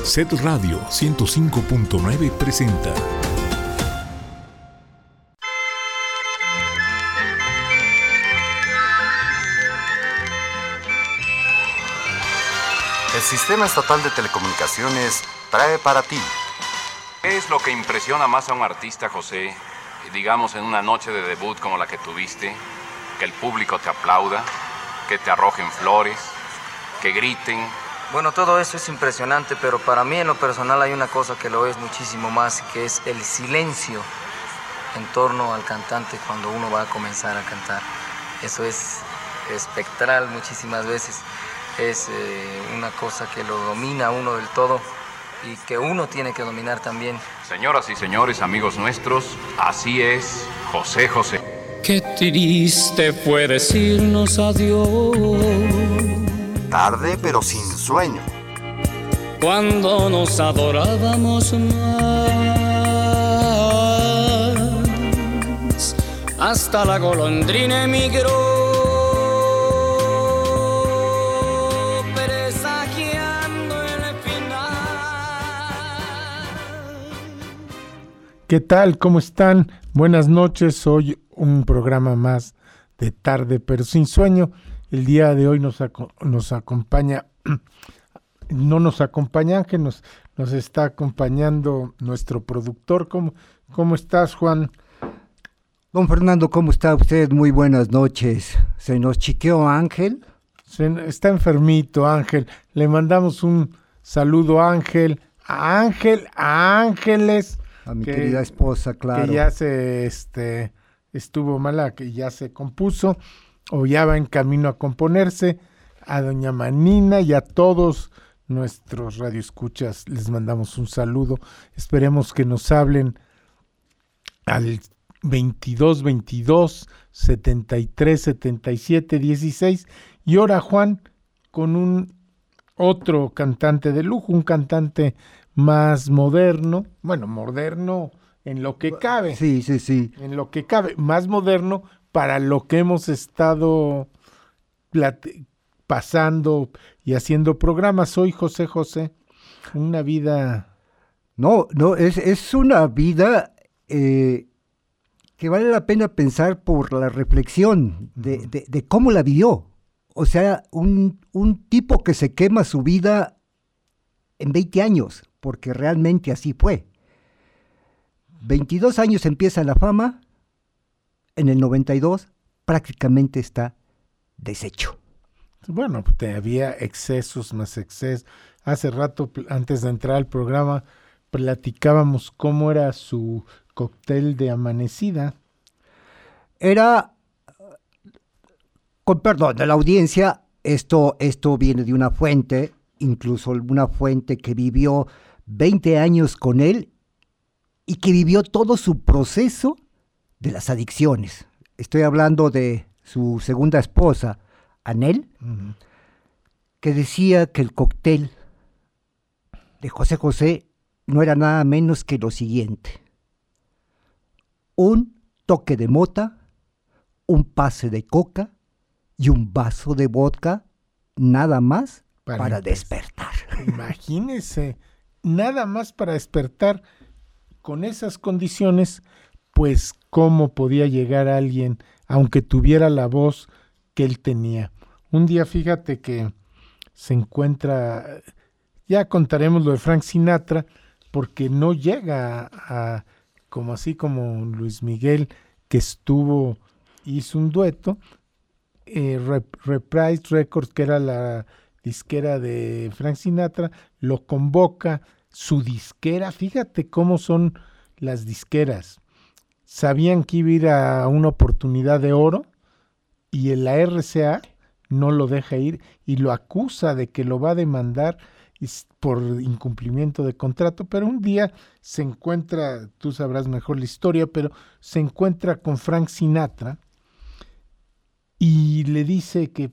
Set Radio 105.9 presenta. El Sistema Estatal de Telecomunicaciones trae para ti. ¿Qué es lo que impresiona más a un artista, José? Digamos, en una noche de debut como la que tuviste, que el público te aplauda, que te arrojen flores, que griten. Bueno, todo eso es impresionante, pero para mí en lo personal hay una cosa que lo es muchísimo más, que es el silencio en torno al cantante cuando uno va a comenzar a cantar. Eso es espectral muchísimas veces. Es una cosa que lo domina a uno del todo y que uno tiene que dominar también. Señoras y señores, amigos nuestros, así es José José. Qué triste fue decirnos adiós. Tarde pero sin sueño. Cuando nos adorábamos más, hasta la golondrina emigró. ¿Qué tal? ¿Cómo están? Buenas noches. Hoy un programa más de Tarde pero sin sueño. El día de hoy nos acompaña, no nos acompaña Ángel, nos está acompañando nuestro productor. ¿Cómo estás, Juan? Don Fernando, ¿cómo está usted? Muy buenas noches. ¿Se nos chiqueó Ángel? Está enfermito Ángel. Le mandamos un saludo a Ángel, a Ángeles. A mi querida esposa, claro. Que ya estuvo mala, que ya se compuso, o ya va en camino a componerse. A doña Manina y a todos nuestros radioescuchas les mandamos un saludo. Esperemos que nos hablen al 22 73 77 16. Y ahora, Juan, con otro cantante de lujo, un cantante más moderno en lo que cabe. Sí. En lo que cabe, más moderno para lo que hemos estado pasando y haciendo programas. Soy José José, una vida... No, es una vida que vale la pena pensar por la reflexión de cómo la vivió. O sea, un tipo que se quema su vida en 20 años, porque realmente así fue. 22 años empieza la fama, en el 92 prácticamente está deshecho. Bueno, había excesos más excesos. Hace rato, antes de entrar al programa, platicábamos cómo era su cóctel de amanecida. Era, con perdón de la audiencia, esto viene de una fuente, incluso una fuente que vivió 20 años con él y que vivió todo su proceso de las adicciones. Estoy hablando de su segunda esposa, Anel, que decía que el cóctel de José José no era nada menos que lo siguiente: un toque de mota, un pase de coca y un vaso de vodka, nada más para despertar. Imagínese, nada más para despertar. Con esas condiciones, pues cómo podía llegar alguien, aunque tuviera la voz que él tenía. Un día, fíjate que se encuentra, ya contaremos lo de Frank Sinatra, porque no llega a como así como Luis Miguel, que hizo un dueto. Reprise Records, que era la disquera de Frank Sinatra, lo convoca. Su disquera, fíjate cómo son las disqueras, sabían que iba a ir a una oportunidad de oro y la RCA no lo deja ir y lo acusa de que lo va a demandar por incumplimiento de contrato. Pero un día se encuentra, tú sabrás mejor la historia, pero se encuentra con Frank Sinatra y le dice que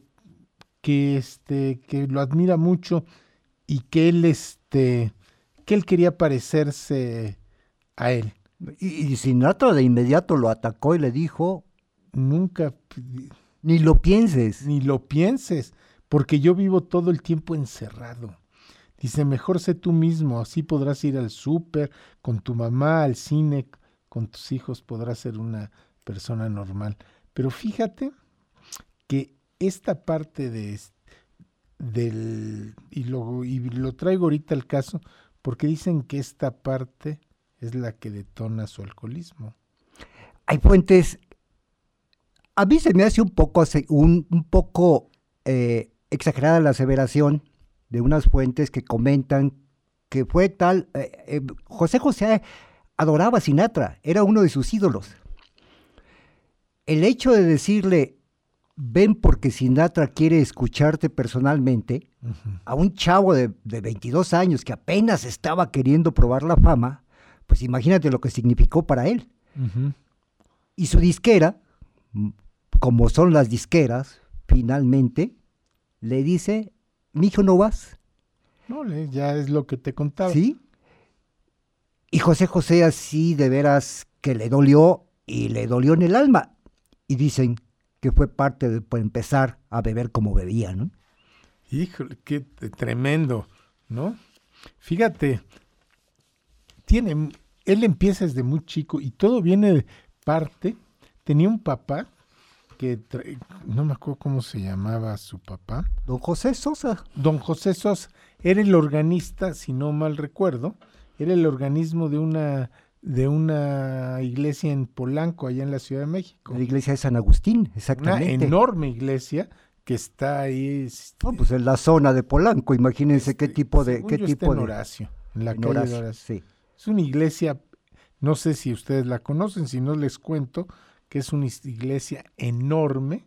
lo admira mucho y que él quería parecerse a él. Y Sinatra de inmediato lo atacó y le dijo: nunca, ni lo pienses. Ni lo pienses, porque yo vivo todo el tiempo encerrado. Dice, mejor sé tú mismo, así podrás ir al súper, con tu mamá, al cine, con tus hijos, podrás ser una persona normal. Pero fíjate que esta parte y lo traigo ahorita al caso, porque dicen que esta parte es la que detona su alcoholismo. Hay fuentes, a mí se me hace un poco exagerada la aseveración de unas fuentes que comentan que fue tal, José José adoraba a Sinatra, era uno de sus ídolos. El hecho de decirle, ven porque Sinatra quiere escucharte personalmente, a un chavo de 22 años que apenas estaba queriendo probar la fama, pues imagínate lo que significó para él. Y su disquera, como son las disqueras, finalmente le dice, mijo, ¿no vas? No, ya es lo que te contaba. ¿Sí? Y José José así de veras que le dolió, y le dolió en el alma. Y dicen que fue parte de por empezar a beber como bebía, ¿no? Híjole, qué tremendo, ¿no? Fíjate, él empieza desde muy chico y todo viene de parte. Tenía un papá que, no me acuerdo cómo se llamaba su papá. Don José Sosa. Don José Sosa, era el organista, si no mal recuerdo, era el organismo de una iglesia en Polanco, allá en la Ciudad de México. La iglesia de San Agustín, exactamente. Una enorme iglesia que está ahí. No, pues en la zona de Polanco, imagínense qué tipo de... Está en Horacio, en la calle de Horacio. Sí. Es una iglesia, no sé si ustedes la conocen, si no les cuento, que es una iglesia enorme,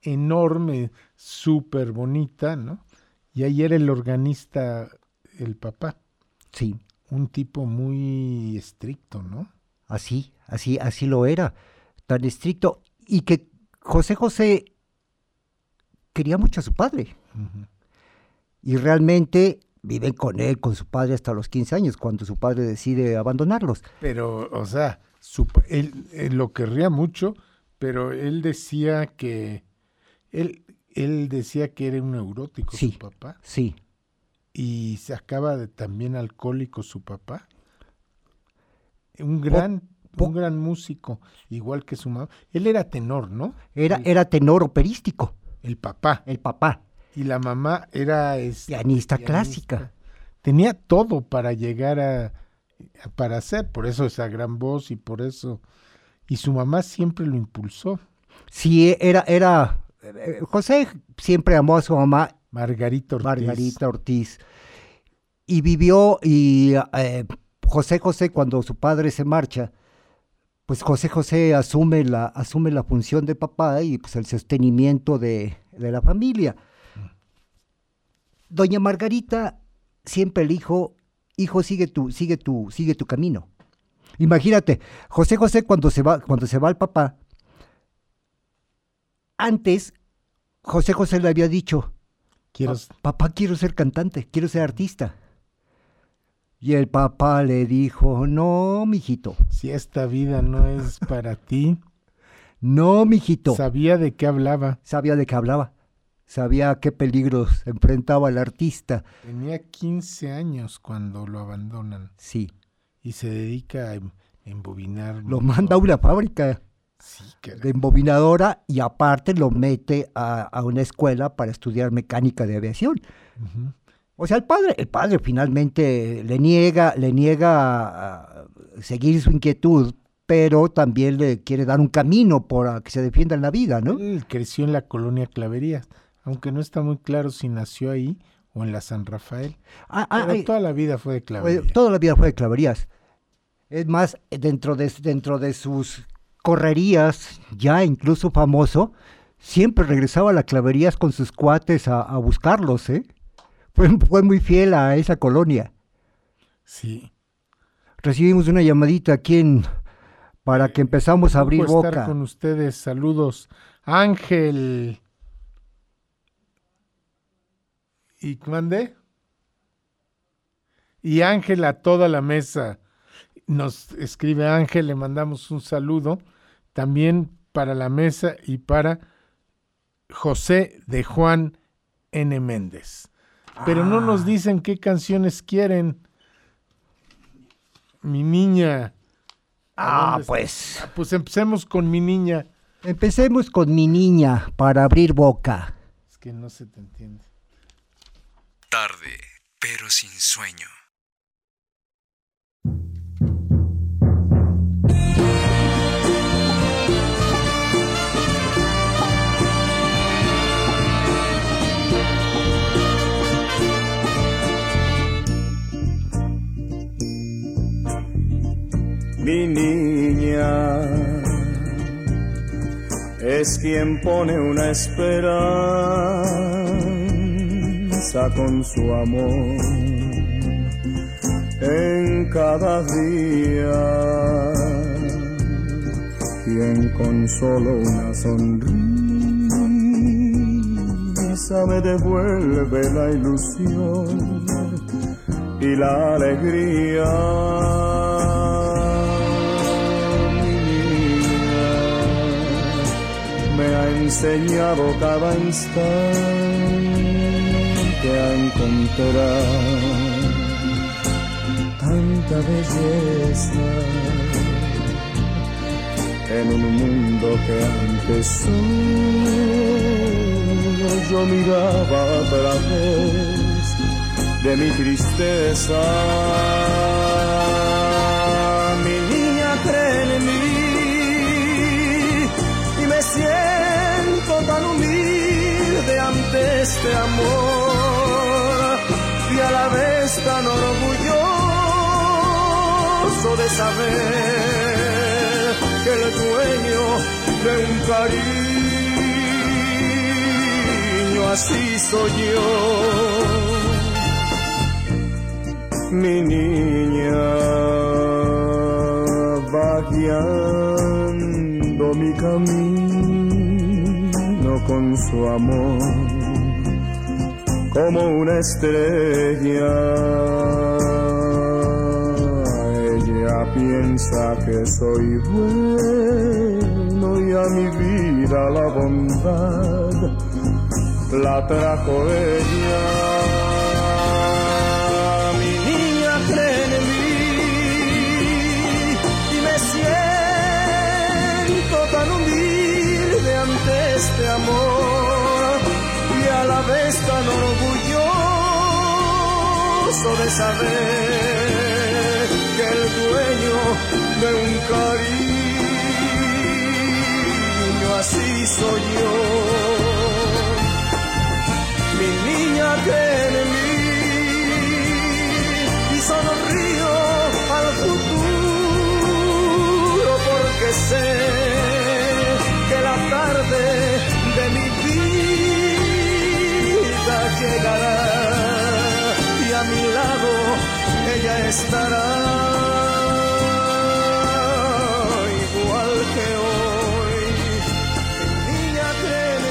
súper bonita, ¿no? Y ahí era el organista, el papá. Sí. Un tipo muy estricto, ¿no? Así lo era, tan estricto, y que José José quería mucho a su padre. Y realmente viven con él, con su padre hasta los 15 años, cuando su padre decide abandonarlos. Pero, o sea, él lo querría mucho, pero él decía que él decía que era un neurótico, sí, su papá. Sí. Y se acaba también alcohólico su papá. Un gran músico, igual que su mamá. Él era tenor, ¿no? Era tenor operístico. El papá. Y la mamá era pianista clásica. Tenía todo para llegar para hacer, por eso esa gran voz y por eso. Y su mamá siempre lo impulsó. Sí, José siempre amó a su mamá. Margarita Ortiz. Y vivió, José José, cuando su padre se marcha, pues José José asume la función de papá y pues el sostenimiento de la familia. Doña Margarita siempre le dijo, hijo, sigue tu camino. Imagínate, José José cuando se va el papá, antes José José le había dicho, papá, quiero ser cantante, quiero ser artista. Y el papá le dijo, no, mijito. Si esta vida no es para ti. No, mijito. Sabía de qué hablaba. Sabía qué peligros enfrentaba el artista. Tenía 15 años cuando lo abandonan. Sí. Y se dedica a embobinar. Lo manda a una fábrica de embobinadora y aparte lo mete a una escuela para estudiar mecánica de aviación. Uh-huh. O sea, el padre finalmente le niega a seguir su inquietud, pero también le quiere dar un camino para que se defienda en la vida, ¿no? Él creció en la colonia Claverías, aunque no está muy claro si nació ahí o en la San Rafael. Pero toda la vida fue de Claverías. Toda la vida fue de Claverías. Es más, dentro de sus correrías, ya incluso famoso, siempre regresaba a la Claverías con sus cuates a buscarlos, ¿eh? Fue muy fiel a esa colonia. Sí. Recibimos una llamadita aquí para que empezamos a abrir boca. Estar con ustedes. Saludos. Ángel. ¿Y mandé? Y Ángel a toda la mesa. Nos escribe Ángel, le mandamos un saludo. También para la mesa y para José de Juan N. Méndez. pero no nos dicen qué canciones quieren. Mi niña. Pues. Pues empecemos con Mi niña. Empecemos con Mi niña para abrir boca. Es que no se te entiende. Tarde, pero sin sueño. Mi niña es quien pone una esperanza con su amor en cada día, quien con solo una sonrisa me devuelve la ilusión y la alegría. Me ha enseñado cada instante a encontrar tanta belleza en un mundo que antes solo yo miraba a través de mi tristeza. Mi niña cree en mí y me siento tan humilde ante este amor y a la vez tan orgulloso de saber que el dueño de un cariño así soy yo. Mi niña va guiando mi camino con su amor como una estrella. Ella piensa que soy bueno y a mi vida la bondad la trajo ella. Mi niña cree en mí y me siento tan humilde ante este amor y a la vez tan orgulloso de saber que el dueño de un cariño así soy yo. Mi niña cree en mí y sonrío al futuro porque sé que la tarde de mi vida llegará y a mi lado ella estará igual que hoy. Mi niña cree en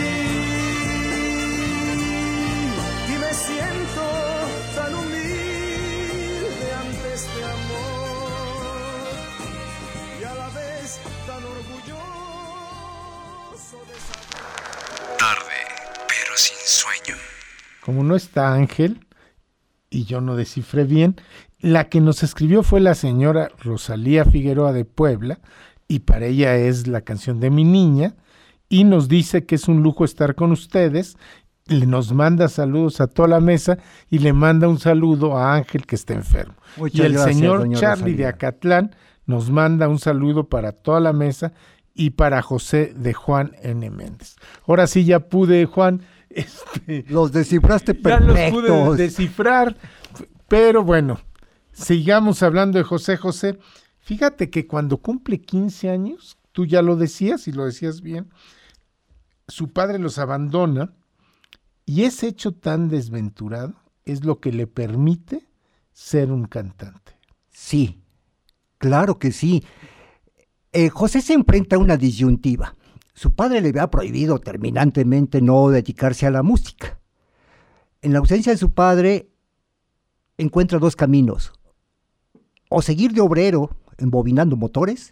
mí y me siento tan humilde ante este amor y a la vez tan orgulloso de saber. Tarde, pero sin sueño. Como no está Ángel, y yo no descifré bien, la que nos escribió fue la señora Rosalía Figueroa de Puebla, y para ella es la canción de Mi niña, y nos dice que es un lujo estar con ustedes, nos manda saludos a toda la mesa, y le manda un saludo a Ángel que está enfermo. Muchas y el gracias, señor doña Charlie Rosalía. de Acatlán nos manda un saludo para toda la mesa, y para José de Juan N. Méndez. Ahora sí ya pude, Juan, Los descifraste ya los perfectos. pude descifrar, pero bueno, sigamos hablando de José José. Fíjate que cuando cumple 15 años, tú ya lo decías y lo decías bien, su padre los abandona y ese hecho tan desventurado es lo que le permite ser un cantante. Sí, claro que sí. José se enfrenta a una disyuntiva. Su padre le había prohibido terminantemente no dedicarse a la música. En la ausencia de su padre, encuentra dos caminos. O seguir de obrero, embobinando motores,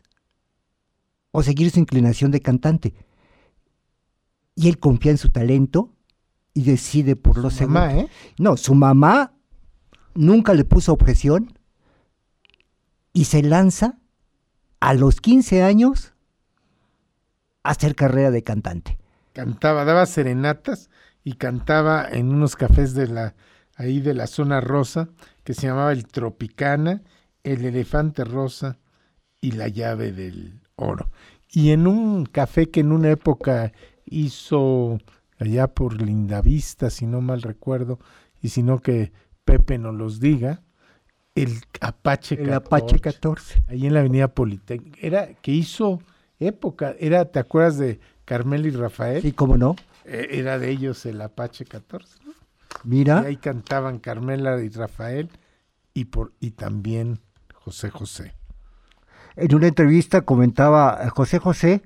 seguir su inclinación de cantante. Y él confía en su talento y decide por los Su mamá, segundos. No, su mamá nunca le puso objeción y se lanza a los 15 años a hacer carrera de cantante. Cantaba, daba serenatas y cantaba en unos cafés ahí de la zona rosa, que se llamaba el Tropicana, el Elefante Rosa y la Llave del Oro. Y en un café que en una época hizo allá por Lindavista, si no mal recuerdo, y si no que Pepe nos los diga, el Apache 14. El Apache 14. Ahí en la avenida Politécnica. Era que hizo época, ¿te acuerdas de Carmela y Rafael? Sí, ¿cómo no? Era de ellos el Apache 14, ¿no? Mira. Y ahí cantaban Carmela y Rafael y también José José. En una entrevista comentaba José José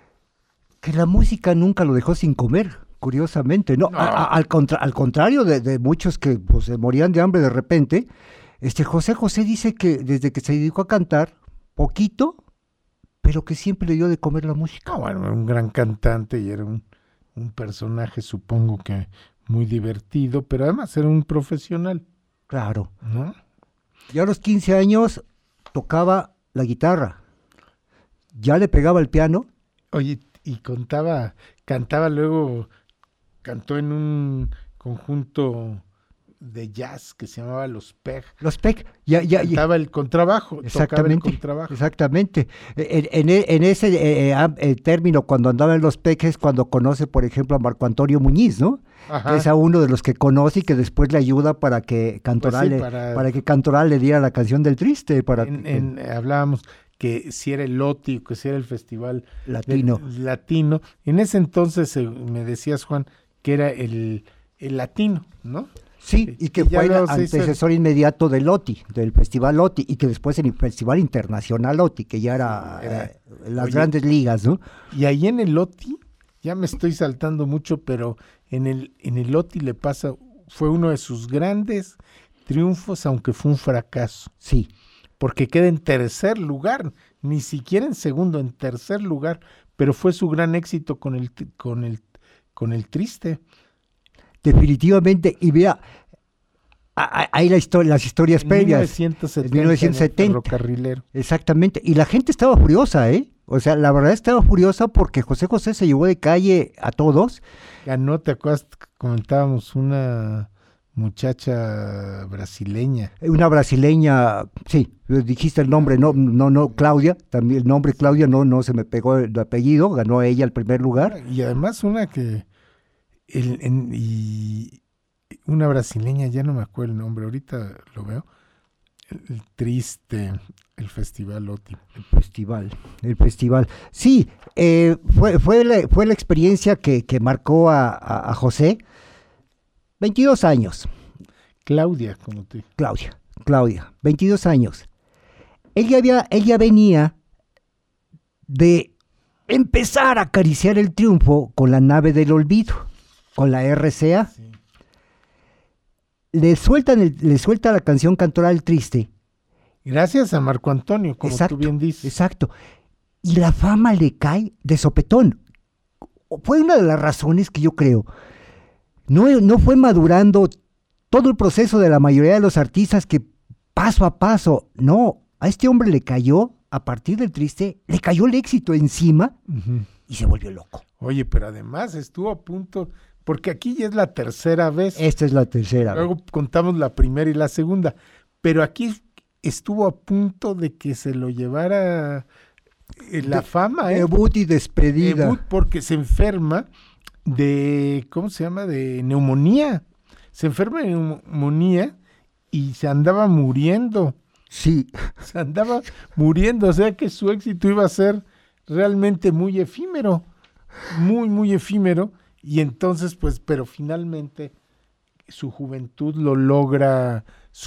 que la música nunca lo dejó sin comer, curiosamente. No. Al contrario de muchos que pues, se morían de hambre de repente, José José dice que desde que se dedicó a cantar, poquito, pero que siempre le dio de comer la música. Bueno, era un gran cantante y era un personaje, supongo que muy divertido, pero además era un profesional. Claro. ¿No? Y a los 15 años tocaba la guitarra. Ya le pegaba el piano. Oye, y cantaba luego, cantó en un conjunto de jazz que se llamaba Los Peg. Los Peg. Cantaba el contrabajo. Exactamente. Tocaba el contrabajo. Exactamente. En ese término, cuando andaba en Los Peg, es cuando conoce, por ejemplo, a Marco Antonio Muñiz, ¿no? Ajá. Que es a uno de los que conoce y que después le ayuda para que Cantoral, Pues sí, para que Cantoral le diera la canción del Triste. Hablábamos que si era el LOTI, que si era el festival latino. Latino. En ese entonces me decías, Juan, que era el latino, ¿no? Sí, y que fue el antecesor inmediato del LOTI, del Festival LOTI, y que después el Festival Internacional LOTI, que ya era las grandes ligas, ¿no? Y ahí en el LOTI, ya me estoy saltando mucho, pero en el LOTI fue uno de sus grandes triunfos, aunque fue un fracaso. Sí. Porque queda en tercer lugar, ni siquiera en segundo, en tercer lugar, pero fue su gran éxito con el Triste. Definitivamente, y vea, hay las historias previas. 1970. Ferrocarrilero. Exactamente, y la gente estaba furiosa, ¿eh? O sea, la verdad estaba furiosa porque José José se llevó de calle a todos. Ganó, ¿te acuerdas? Comentábamos una muchacha brasileña. Una brasileña, sí, dijiste el nombre, no, Claudia, también el nombre Claudia no se me pegó el apellido, ganó ella el primer lugar. Y además una que... y una brasileña, ya no me acuerdo el nombre, ahorita lo veo, el Triste, el Festival LOTI. El festival. Sí, fue la experiencia que marcó a José. 22 años. Claudia, como te... Claudia, 22 años. Ella venía de empezar a acariciar el triunfo con la Nave del Olvido, con la RCA. Sí. Le suelta la canción Cantoral Triste. Gracias a Marco Antonio, como tú bien dices. Exacto. Y la fama le cae de sopetón. Fue una de las razones que yo creo. No fue madurando todo el proceso de la mayoría de los artistas que paso a paso. No, a este hombre le cayó, a partir del Triste, le cayó el éxito encima y se volvió loco. Oye, pero además estuvo a punto... Porque aquí ya es la tercera vez. Esta es la tercera. Luego contamos la primera y la segunda. Pero aquí estuvo a punto de que se lo llevara la fama. Debut y despedida. Debut porque se enferma de, ¿cómo se llama? De neumonía. Se enferma de neumonía y se andaba muriendo. Sí. Se andaba muriendo. O sea que su éxito iba a ser realmente muy efímero. Muy, muy efímero. Y entonces, pues, pero finalmente su juventud lo logra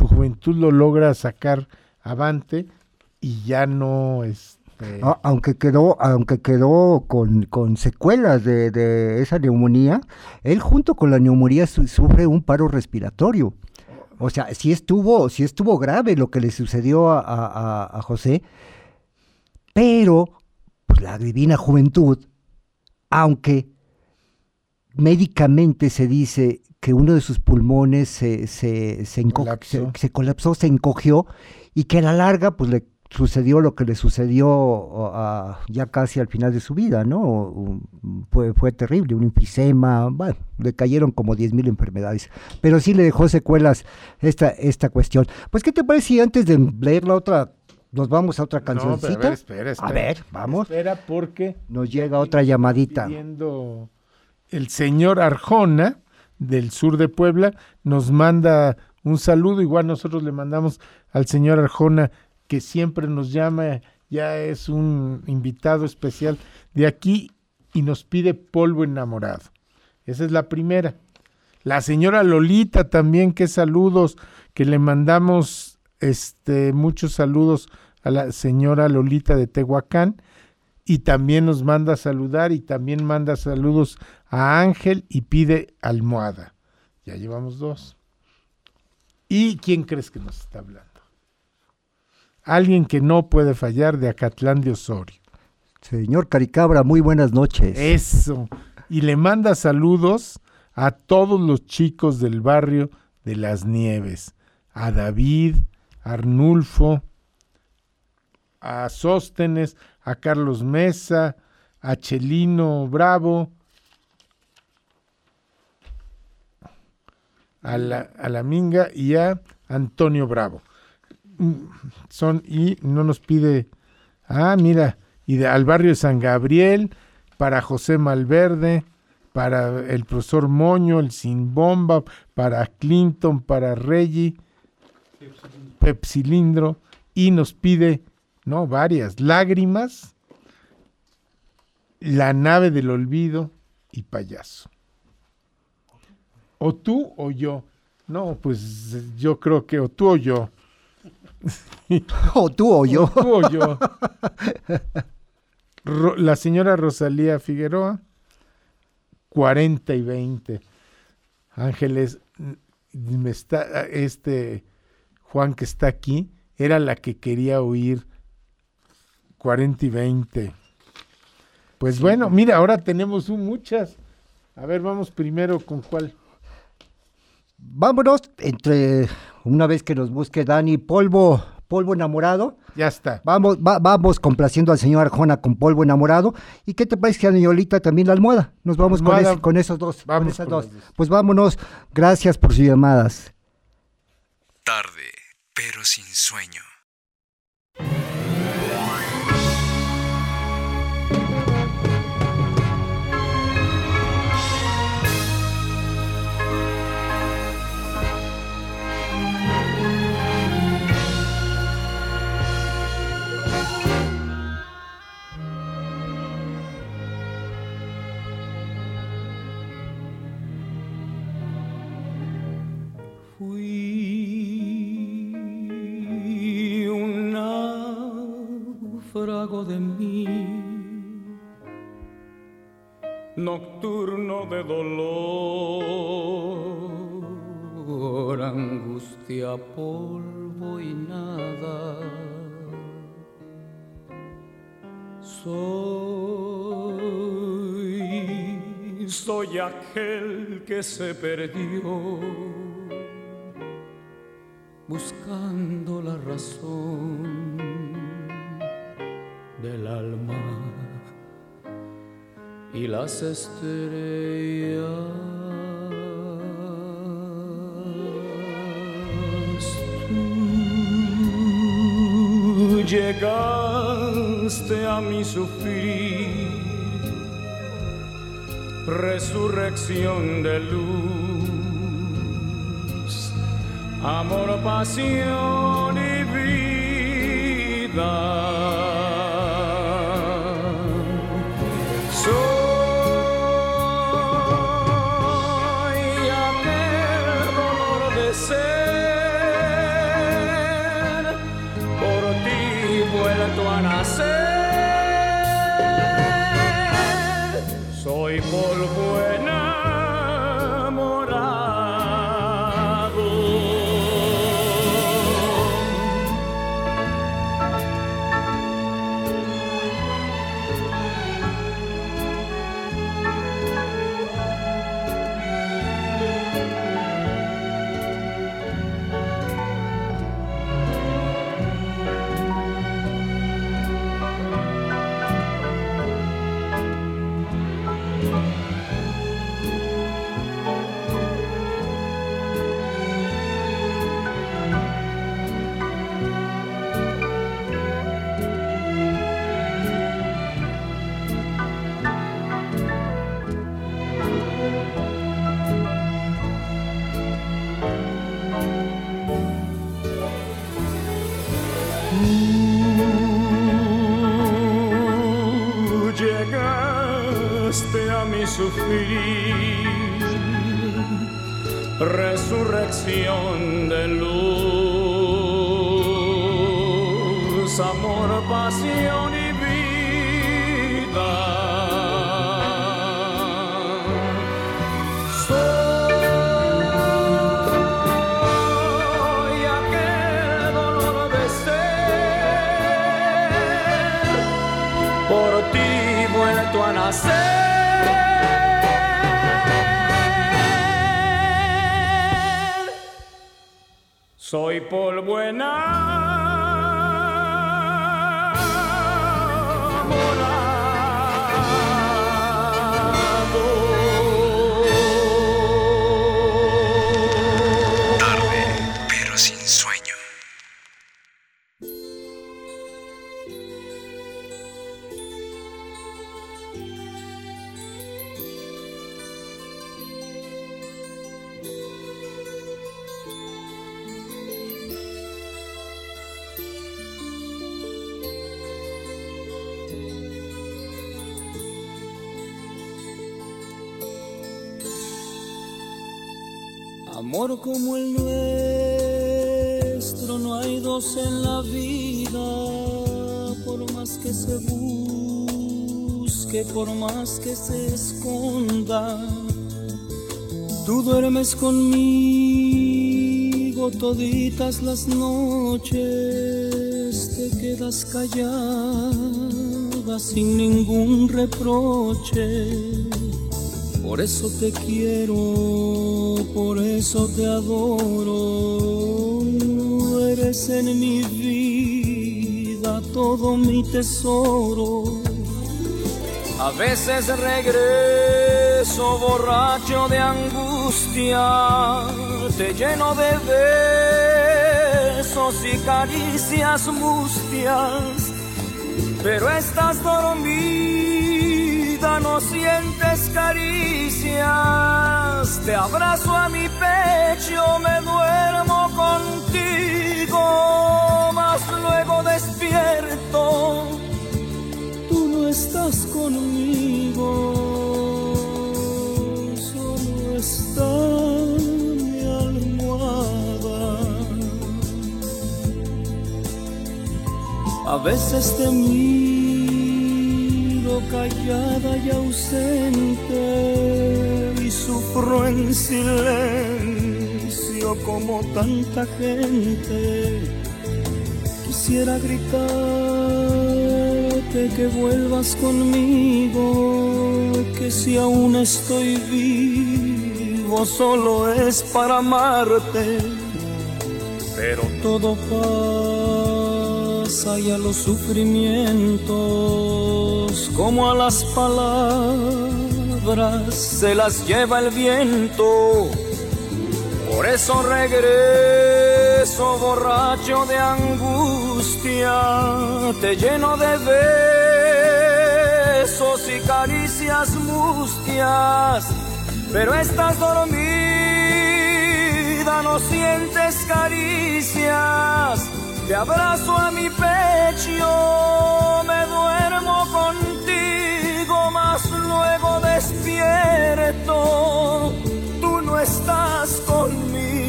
sacar avante y ya no aunque quedó con secuelas de esa neumonía, él junto con la neumonía sufre un paro respiratorio. O sea, sí estuvo grave lo que le sucedió a José, pero pues la divina juventud, aunque médicamente se dice que uno de sus pulmones se colapsó, se encogió, y que a la larga pues le sucedió lo que le sucedió ya casi al final de su vida, ¿no? Fue terrible, un enfisema, bueno, le cayeron como 10,000 enfermedades, pero sí le dejó secuelas esta cuestión. Pues, ¿qué te parece si antes de leer la otra, nos vamos a otra cancioncita? No, pero espera. A ver, vamos. Espera, porque nos llega otra llamadita. El señor Arjona, del sur de Puebla, nos manda un saludo. Igual nosotros le mandamos al señor Arjona, que siempre nos llama, ya es un invitado especial de aquí, y nos pide Polvo Enamorado. Esa es la primera. La señora Lolita también, que saludos, que le mandamos muchos saludos a la señora Lolita de Tehuacán, y también nos manda a saludar, y también manda saludos a Ángel, y pide Almohada. Ya llevamos 2. ¿Y quién crees que nos está hablando? Alguien que no puede fallar, de Acatlán de Osorio. Señor Caricabra, muy buenas noches. Eso. Y le manda saludos a todos los chicos del barrio de Las Nieves. A David, a Arnulfo, a Sóstenes, a Carlos Mesa, a Chelino Bravo, a la Minga y a Antonio Bravo. Y no nos pide, mira, al barrio de San Gabriel, para José Malverde, para el profesor Moño, el Sin Bomba, para Clinton, para Reggie, Pepsilindro, y nos pide, varias, Lágrimas, La Nave del Olvido y Payaso. O tú o yo. No, pues yo creo que o tú o yo. O tú o yo. O tú o yo. La señora Rosalía Figueroa, 40 y 20. Ángeles, Juan que está aquí, era la que quería oír 40 y 20. Pues bueno, mira, ahora tenemos muchas. A ver, vamos primero con cuál. Vámonos, una vez que nos busque Dani, Polvo Enamorado. Ya está. Vamos complaciendo al señor Arjona con Polvo Enamorado. ¿Y qué te parece que a Niolita también La Almohada? Nos vamos con esos dos. Vamos con esas dos. dos. Pues vámonos. Gracias por sus llamadas. Tarde, pero sin sueño. Fui un náufrago de mí, nocturno de dolor, angustia, polvo y nada. Soy aquel que se perdió, buscando la razón del alma y las estrellas. Tú llegaste a mi sufrir, resurrección de luz, amor, pasión y vida. Soy aquel dolor de ser, por ti vuelto a nacer. Soy polvo enamorado. resurrección de luz, amor, pasión y vida. Soy aquel dolor de ser, por ti vuelto a nacer. Soy polvo enamorado. Tarde, pero sin sueño. Amor como el nuestro no hay dos en la vida, por más que se busque, por más que se esconda. Tú duermes conmigo toditas las noches, te quedas callada sin ningún reproche. Por eso te quiero, por eso te adoro. Eres en mi vida todo mi tesoro. A veces regreso borracho de angustia, te lleno de besos y caricias mustias, pero estás dormida, no sientes caricias. Te abrazo a mi pecho, me duermo contigo, mas luego despierto, tú no estás conmigo, solo está mi almohada. A veces te miro callada y ausente y sufro en silencio como tanta gente. Quisiera gritarte que vuelvas conmigo, que si aún estoy vivo solo es para amarte, pero todo pasa y a los sufrimientos como a las palabras se las lleva el viento. Por eso regreso borracho de angustia, te lleno de besos y caricias mustias, pero estás dormida, no sientes caricias. Te abrazo a mi pecho, me duermo contigo, mas luego despierto, tú no estás conmigo.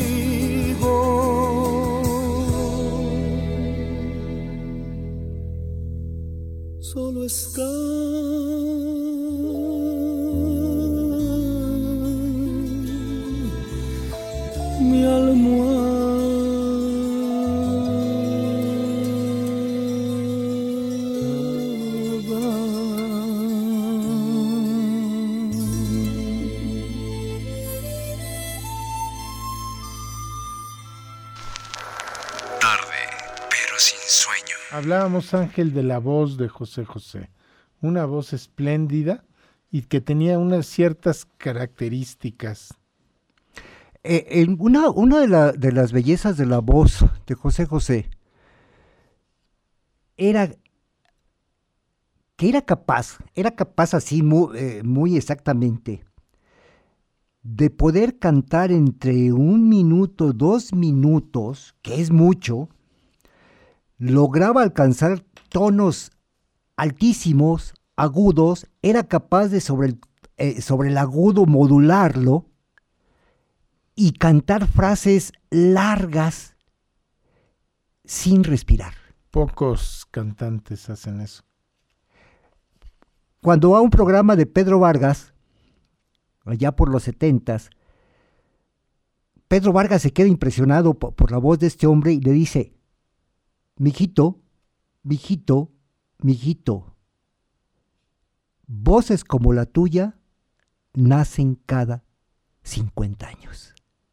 Solo está mi almohada. Hablábamos, Ángel, de la voz de José José, una voz espléndida y que tenía unas ciertas características. Una de las bellezas de la voz de José José era que era capaz así muy exactamente de poder cantar entre 1 minuto, 2 minutos, que es mucho. Lograba alcanzar tonos altísimos, agudos, era capaz de sobre el agudo modularlo y cantar frases largas sin respirar. Pocos cantantes hacen eso. Cuando va a un programa de Pedro Vargas, allá por los 70s, Pedro Vargas se queda impresionado por la voz de este hombre y le dice: mijito, mijito, mijito, voces como la tuya nacen cada 50 años.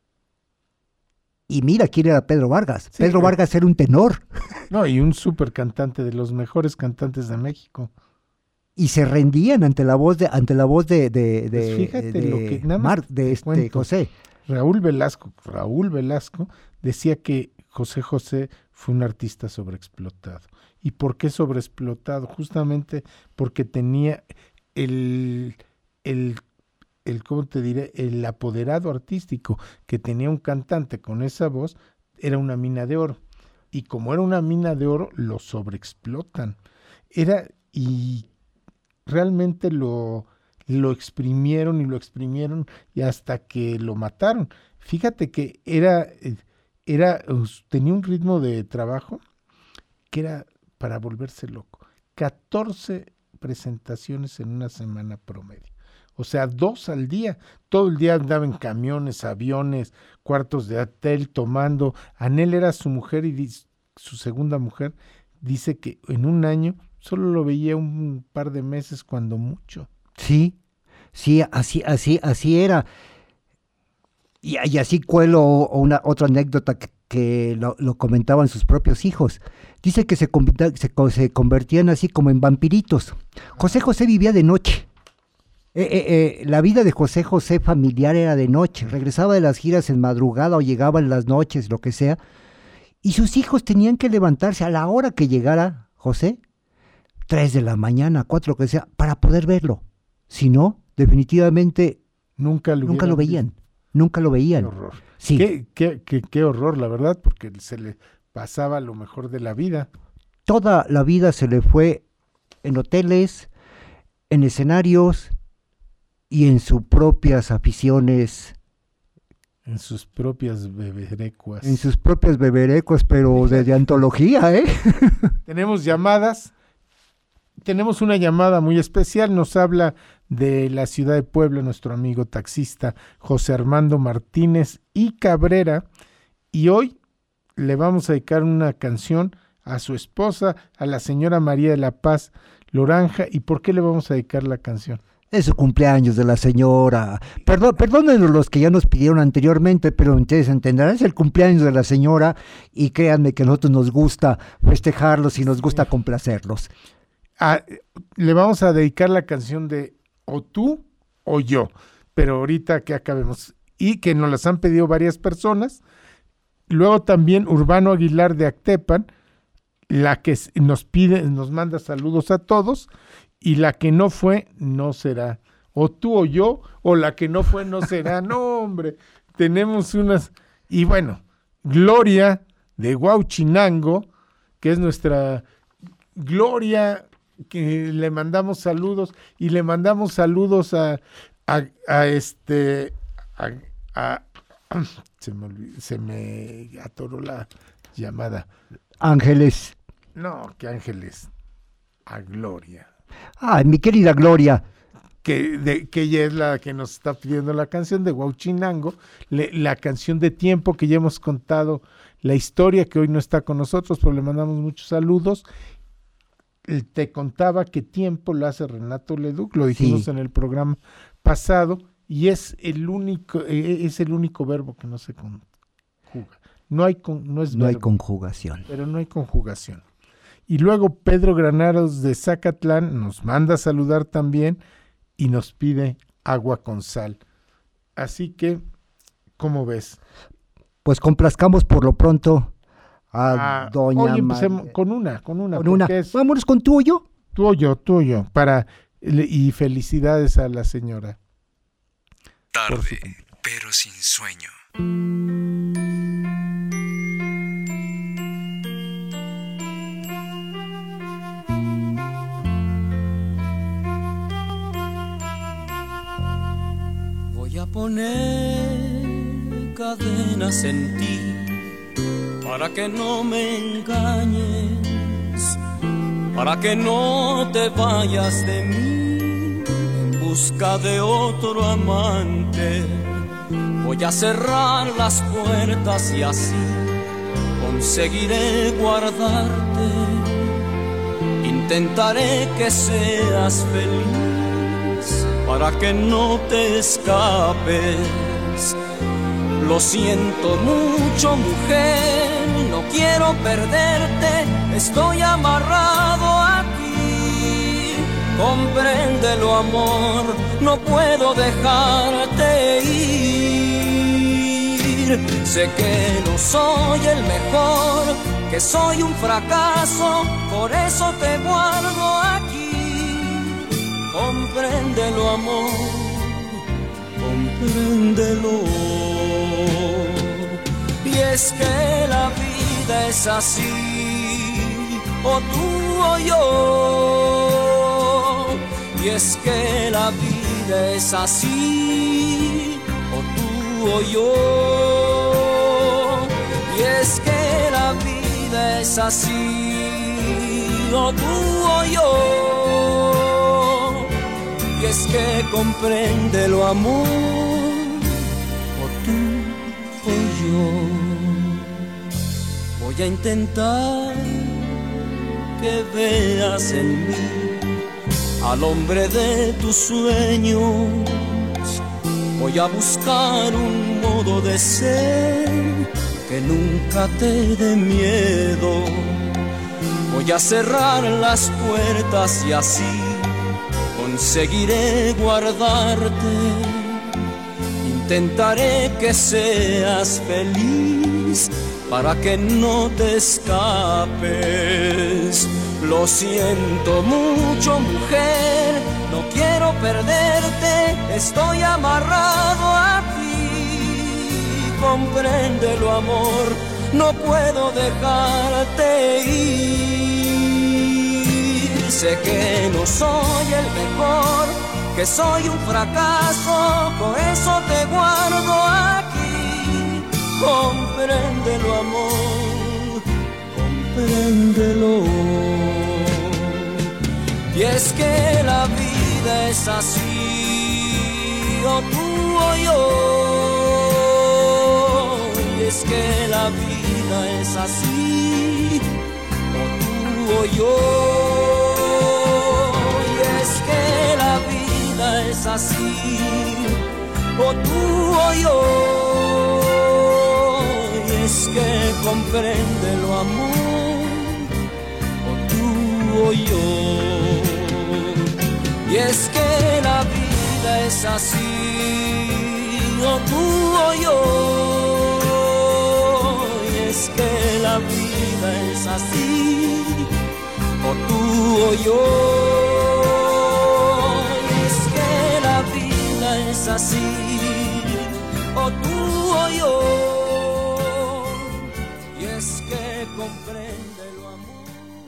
Y mira quién era Pedro Vargas. Sí, Pedro Vargas era un tenor. No, y un súper cantante, de los mejores cantantes de México. Y se rendían ante la voz de pues fíjate lo que nada más José. Raúl Velasco decía que José José fue un artista sobreexplotado. ¿Y por qué sobreexplotado? Justamente porque tenía ¿cómo te diré? El apoderado artístico que tenía un cantante con esa voz, era una mina de oro. Y como era una mina de oro, lo sobreexplotan. Y realmente lo exprimieron y hasta que lo mataron. Fíjate que tenía un ritmo de trabajo que era para volverse loco. 14 presentaciones en una semana promedio. O sea, 2 al día. Todo el día andaba en camiones, aviones, cuartos de hotel, tomando. Anel era su mujer y su segunda mujer. Dice que en un año solo lo veía un par de meses, cuando mucho. Sí, así era. Y así cuelo otra anécdota que lo comentaban sus propios hijos. Dice que se convertían así como en vampiritos. José José vivía de noche. La vida de José José familiar era de noche. Regresaba de las giras en madrugada o llegaba en las noches, lo que sea. Y sus hijos tenían que levantarse a la hora que llegara José, 3 de la mañana, 4, lo que sea, para poder verlo. Si no, definitivamente nunca lo veían. Nunca lo veían. Qué horror. Sí. Qué horror, la verdad, porque se le pasaba lo mejor de la vida. Toda la vida se le fue en hoteles, en escenarios y en sus propias aficiones. En sus propias beberecuas. En sus propias beberecuas, pero de antología, ¿eh? Tenemos llamadas. Tenemos una llamada muy especial. Nos habla de la ciudad de Puebla nuestro amigo taxista José Armando Martínez y Cabrera. Y hoy le vamos a dedicar una canción a su esposa, a la señora María de la Paz Loranja. ¿Y por qué le vamos a dedicar la canción? Es su cumpleaños de la señora. Perdónenos los que ya nos pidieron anteriormente, pero ustedes entenderán, es el cumpleaños de la señora y créanme que a nosotros nos gusta festejarlos y nos gusta complacerlos. Le vamos a dedicar la canción de O tú o yo, pero ahorita que acabemos. Y que nos las han pedido varias personas. Luego también Urbano Aguilar de Actepan, la que nos manda saludos a todos. Y la que no fue, no será. O tú o yo, o la que no fue, no será. No, hombre, tenemos unas. Y bueno, Gloria de Huauchinango, que es nuestra Gloria, que le mandamos saludos. Y le mandamos saludos se me atoró la llamada. Ángeles. No, que Ángeles. A Gloria. Ay, mi querida Gloria. Que ella es la que nos está pidiendo la canción de Huauchinango, la canción de Tiempo, que ya hemos contado la historia, que hoy no está con nosotros, pero le mandamos muchos saludos. Te contaba que Tiempo lo hace Renato Leduc, lo dijimos en el programa pasado, y es el único verbo que no se conjuga. No hay conjugación. Pero no hay conjugación. Y luego Pedro Granados de Zacatlán nos manda a saludar también y nos pide Agua con Sal. Así que, ¿cómo ves? Pues complazcamos por lo pronto a doña María. Oye, empecemos con una. Vámonos con tú o yo. Tú o yo. Y felicidades a la señora. Tarde, pero sin sueño. Voy a poner penas en ti, para que no me engañes, para que no te vayas de mí en busca de otro amante. Voy a cerrar las puertas y así conseguiré guardarte. Intentaré que seas feliz para que no te escapes. Lo siento mucho, mujer, no quiero perderte, estoy amarrado aquí. Compréndelo, amor, no puedo dejarte ir. Sé que no soy el mejor, que soy un fracaso, por eso te guardo aquí. Compréndelo, amor, compréndelo. Y es que la vida es así, o tú o yo. Y es que la vida es así, o tú o yo. Y es que la vida es así, o tú o yo. Y es que compréndelo, amor, o tú o yo. Voy a intentar que veas en mí al hombre de tus sueños. Voy a buscar un modo de ser que nunca te dé miedo. Voy a cerrar las puertas y así conseguiré guardarte. Intentaré que seas feliz para que no te escapes. Lo siento mucho, mujer, no quiero perderte, estoy amarrado a ti. Compréndelo, amor, no puedo dejarte ir. Sé que no soy el mejor, que soy un fracaso, por eso te guardo aquí. Compréndelo, amor, compréndelo. Y es que la vida es así, o tú o yo. Y es que la vida es así, o tú o yo. Y es que la vida es así, o tú o yo. Y es que compréndelo, amor, o tú o yo. Y es que la vida es así, o tú o yo. Y es que la vida es así, o tú o yo. Y es que la vida es así, o tú o yo. Y es que compréndelo, amor.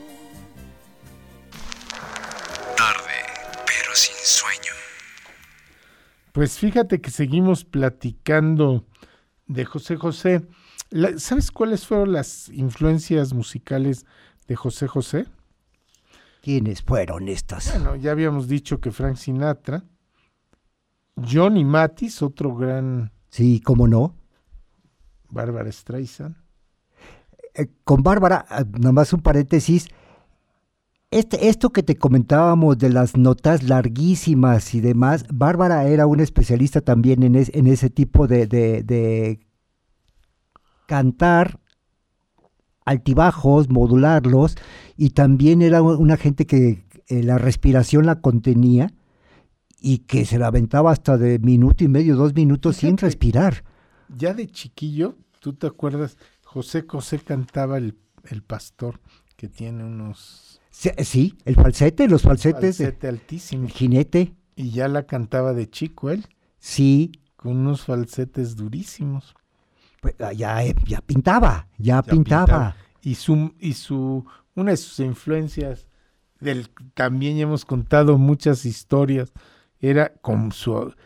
Tarde, pero sin sueño. Pues fíjate que seguimos platicando de José José. ¿Sabes cuáles fueron las influencias musicales de José José? ¿Quiénes fueron estas? Bueno, ya habíamos dicho que Frank Sinatra, Johnny Mathis, otro gran... Sí, cómo no. Bárbara Streisand. Con Bárbara, nada más un paréntesis, esto que te comentábamos de las notas larguísimas y demás, Bárbara era una especialista también en ese tipo de cantar altibajos, modularlos, y también era una gente que la respiración la contenía y que se la aventaba hasta de minuto y medio, 2 minutos sin respirar. Ya de chiquillo, ¿tú te acuerdas? José José cantaba el pastor, que tiene unos... Sí, el falsete, los falsetes. Falsete altísimo. El jinete. Y ya la cantaba de chico él. Sí. Con unos falsetes durísimos. Pues ya pintaba, ya pintaba. Y una de sus influencias, también ya hemos contado muchas historias, era con su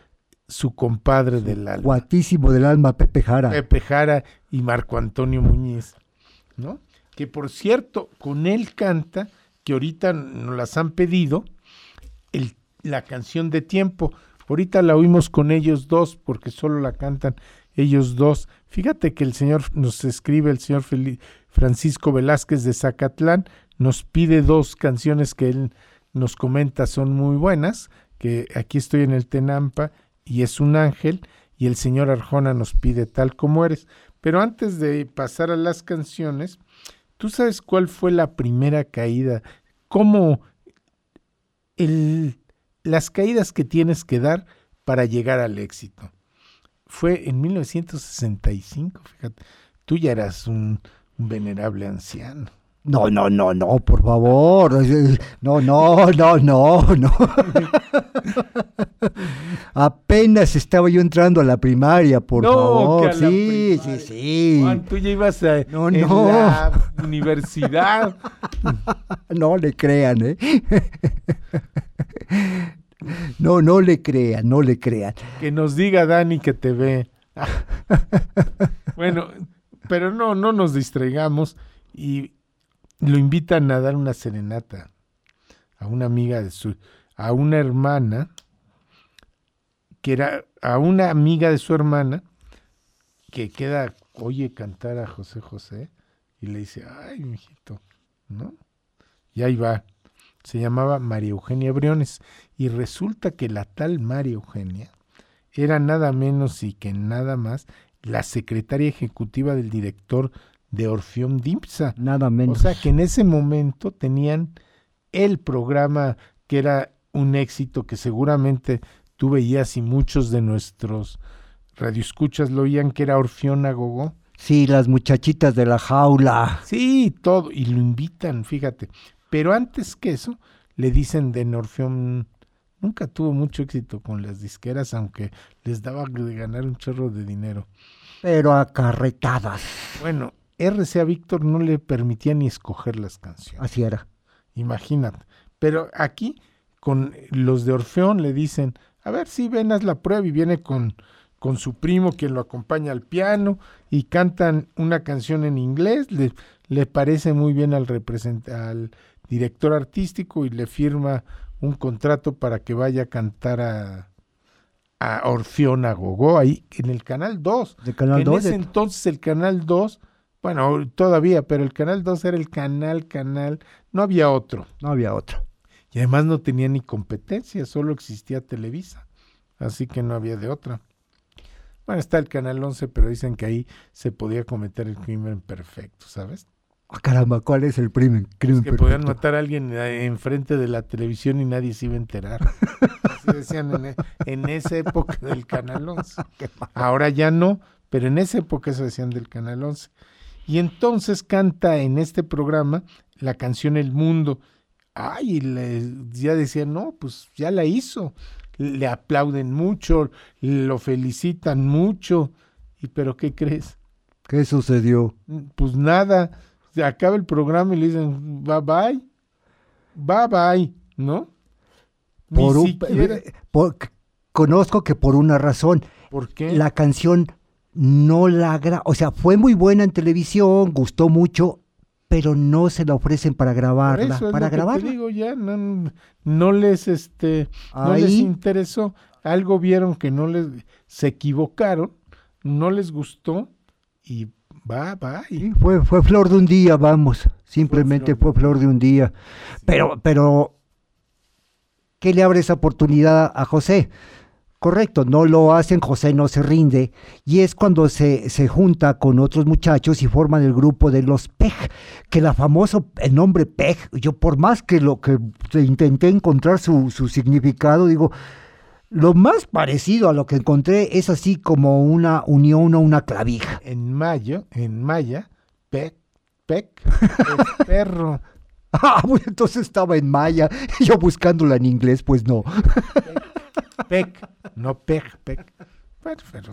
su compadre del alma. Guatísimo del alma, Pepe Jara. Pepe Jara y Marco Antonio Muñiz, ¿no? Que por cierto, con él canta, que ahorita nos las han pedido, la canción de Tiempo. Ahorita la oímos con ellos dos, porque solo la cantan ellos dos. Fíjate que el señor nos escribe, el señor Francisco Velázquez de Zacatlán, nos pide 2 canciones que él nos comenta son muy buenas, que Aquí estoy en el Tenampa y Es un ángel, y el señor Arjona nos pide Tal como eres. Pero antes de pasar a las canciones, ¿tú sabes cuál fue la primera caída? ¿Cómo las caídas que tienes que dar para llegar al éxito? Fue en 1965, fíjate. Tú ya eras un venerable anciano. No, por favor. No. Apenas estaba yo entrando a la primaria, por favor. Sí. Juan, tú ya ibas en la universidad. No le crean, ¿eh? No le crean. Que nos diga Dani que te ve. Bueno, pero no nos distraigamos, y lo invitan a dar una serenata a una amiga a una hermana, que era a una amiga de su hermana, que oye cantar a José José, y le dice, ay, mijito, ¿no? Y ahí va. Se llamaba María Eugenia Briones, y resulta que la tal María Eugenia era nada menos y que nada más la secretaria ejecutiva del director de Orfeón Dipsa. Nada menos. O sea que en ese momento tenían el programa que era un éxito, que seguramente tú veías y muchos de nuestros radioescuchas lo oían, que era Orfeón a Gogó. Sí, las muchachitas de la jaula. Sí, todo, y lo invitan, fíjate. Pero antes que eso, le dicen de Orfeón, nunca tuvo mucho éxito con las disqueras, aunque les daba de ganar un chorro de dinero. Pero acarretadas. Bueno, RCA Víctor no le permitía ni escoger las canciones. Así era. Imagínate. Pero aquí, con los de Orfeón, le dicen, a ver si ven, haz la prueba, y viene con su primo, quien lo acompaña al piano, y cantan una canción en inglés, le parece muy bien al director artístico, y le firma un contrato para que vaya a cantar a Orfeón a Gogó, ahí en el Canal 2. Canal 2 ese entonces el Canal 2, bueno, todavía, pero el Canal 2 era el canal, no había otro. Y además no tenía ni competencia, solo existía Televisa, así que no había de otra. Bueno, está el Canal 11, pero dicen que ahí se podía cometer el crimen perfecto, ¿sabes? Caramba, ¿cuál es el crimen que podían matar a alguien enfrente de la televisión y nadie se iba a enterar. Así decían en esa época del Canal 11. Ahora ya no, pero en esa época eso decían del Canal 11. Y entonces canta en este programa la canción El Mundo. Ay, ya decían, no, pues ya la hizo. Le aplauden mucho, lo felicitan mucho. ¿Pero qué crees? ¿Qué sucedió? Pues nada. Se acaba el programa y le dicen bye bye, ¿no? Conozco que por una razón. ¿Por qué? La canción no o sea, fue muy buena en televisión, gustó mucho, pero no se la ofrecen para grabarla. Por eso para es lo grabarla. Que te digo, ya no les interesó. Algo vieron que se equivocaron, no les gustó y bye. Sí, fue flor de un día, vamos. Simplemente fue flor de un día. Sí. Pero, ¿qué le abre esa oportunidad a José? Correcto, no lo hacen, José no se rinde, y es cuando se junta con otros muchachos y forman el grupo de los PEG, que el nombre PEG, yo por más que intenté encontrar su significado, digo, lo más parecido a lo que encontré es así como una unión o una clavija. En maya, PEG es perro. Bueno, entonces estaba en maya, yo buscándola en inglés, pues no. PEG, no PEG. Pero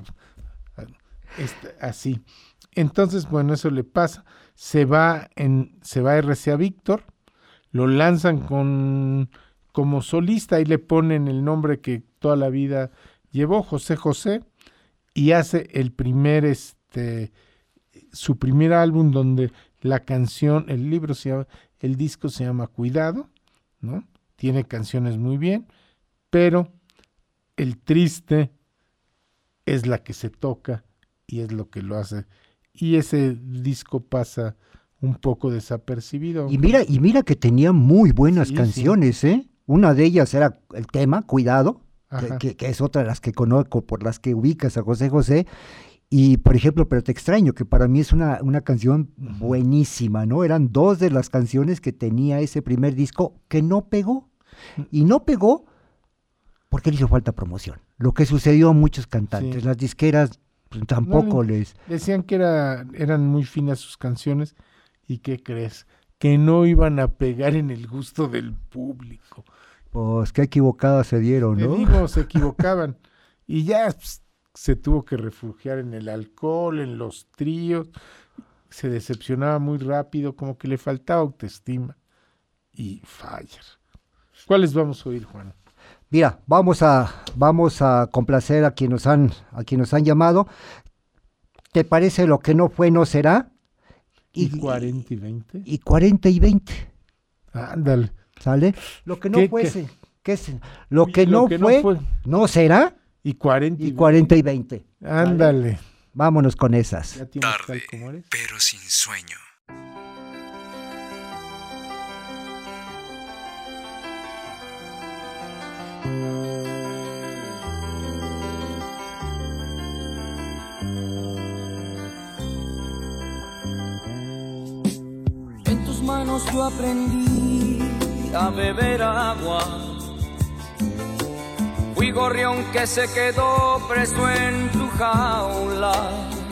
así. Entonces, bueno, eso le pasa. Se va a RCA Víctor, lo lanzan como solista y le ponen el nombre que toda la vida llevó José José y hace el primer, su primer álbum donde la canción, el disco se llama Cuidado, ¿no? Tiene canciones muy bien, pero el triste es la que se toca y es lo que lo hace. Y ese disco pasa un poco desapercibido. Y mira que tenía muy buenas canciones, sí. ¿eh? Una de ellas era el tema, Cuidado, que es otra de las que conozco, por las que ubicas a José José. Y, por ejemplo, Pero te extraño, que para mí es una canción buenísima, ¿no? Eran dos de las canciones que tenía ese primer disco que no pegó. Y no pegó porque le hizo falta promoción. Lo que sucedió a muchos cantantes. Las disqueras pues, tampoco les... Decían que eran muy finas sus canciones. ¿Y qué crees? Que no iban a pegar en el gusto del público. Pues qué equivocadas se dieron, ¿no? Te digo, se equivocaban. Y ya se tuvo que refugiar en el alcohol, en los tríos. Se decepcionaba muy rápido, como que le faltaba autoestima. Y falla. ¿Cuáles vamos a oír, Juan? Mira, vamos a complacer a quienes nos han llamado. ¿Te parece Lo que no fue no será? ¿Y 40 y 20? Y 40 y 20. Ándale. ¿Sale? Lo que no fuese. Lo que no fue no será. Y 40 y 20. Ándale. ¿Vale? Vámonos con esas. Tarde, pero sin sueño. En tus manos yo aprendí a beber agua. Fui gorrión que se quedó preso en tu jaula,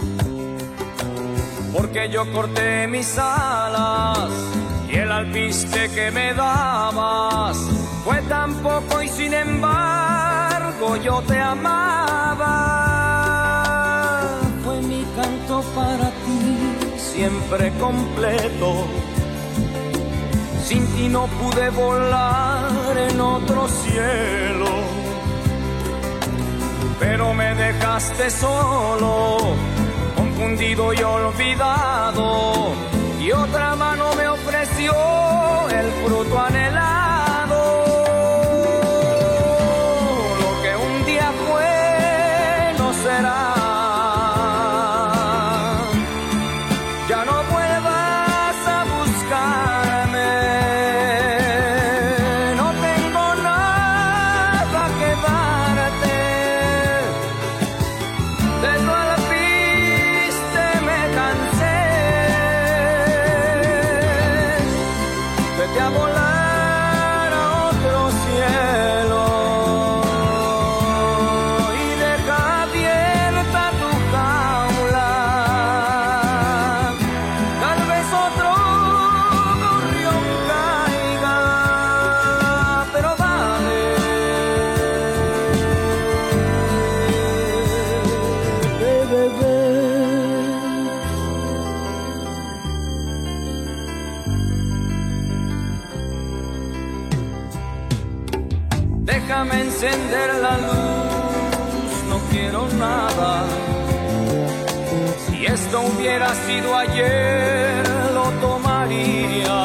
porque yo corté mis alas y el alpiste que me dabas fue tan poco y sin embargo yo te amaba. Fue mi canto para ti, siempre completo. Sin ti no pude volar en otro cielo, pero me dejaste solo, confundido y olvidado, y otra mano me ofreció el fruto anhelado. Lo que un día fue no será. Ya no vuelvas a buscarme, no tengo nada que darte. De tu alpiste me cansé. Vete a volar a otro cielo y deja abierta tu jaula. Tal vez otro gorrión caiga, pero dale. Bebé. Déjame encender la luz, no quiero nada. Si esto hubiera sido ayer, lo tomaría.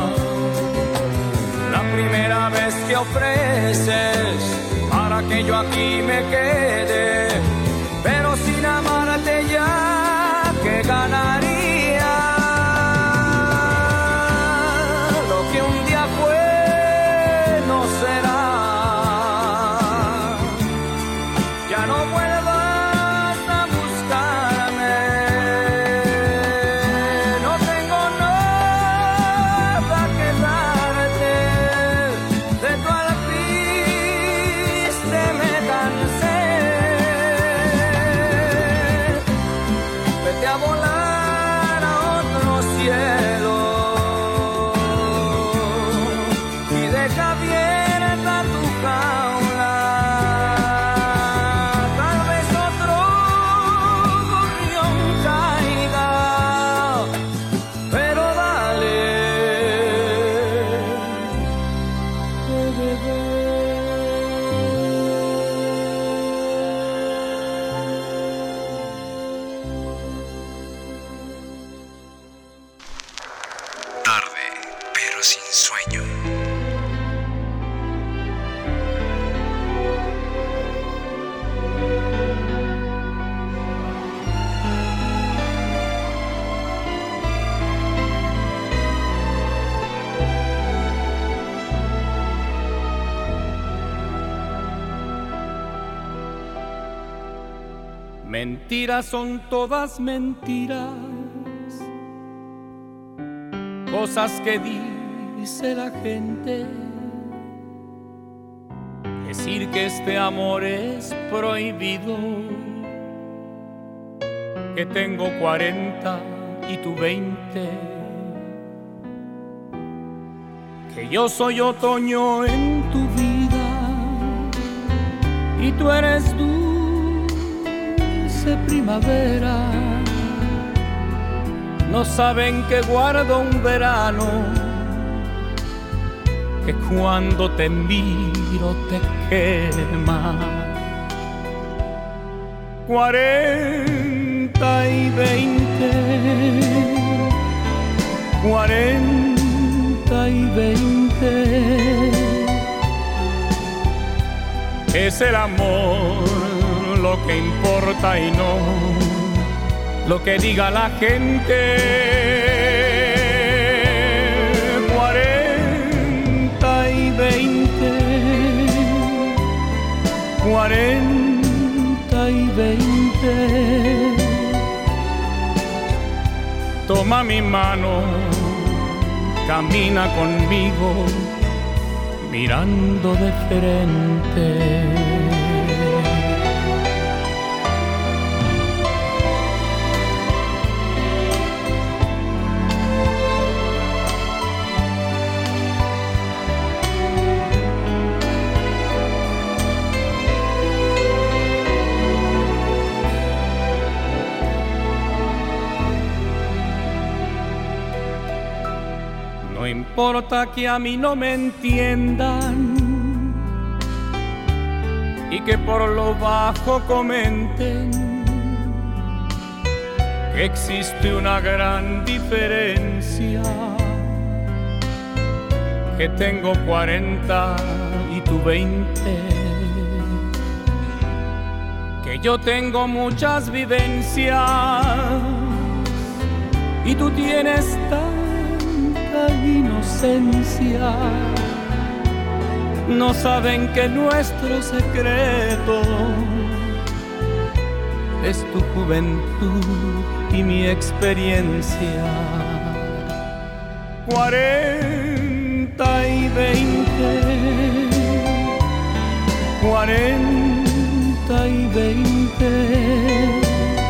La primera vez que ofreces para que yo aquí me quede, pero sin amarte ya, ¿qué ganaría? Lo que un día fue no será. Ya no vuelvas a buscarme, no tengo nada que darte. De tu alpiste me cansé. Vete a volar Mentiras son todas mentiras, cosas que dice la gente. Decir que este amor es prohibido, que tengo 40 y tú 20, que yo soy otoño en tu vida y tú eres dulce primavera. No saben que guardo un verano, que cuando te miro te quema. 40 y 20, 40 y 20. Es el amor lo que importa y no lo que diga la gente. 40 y 20, 40 y 20. Toma mi mano, camina conmigo, mirando de frente. No importa que a mí no me entiendan y que por lo bajo comenten que existe una gran diferencia, que tengo 40 y tú 20, que yo tengo muchas vivencias y tú tienes inocencia. No saben que nuestro secreto es tu juventud y mi experiencia. 40 y 20, 40 y 20.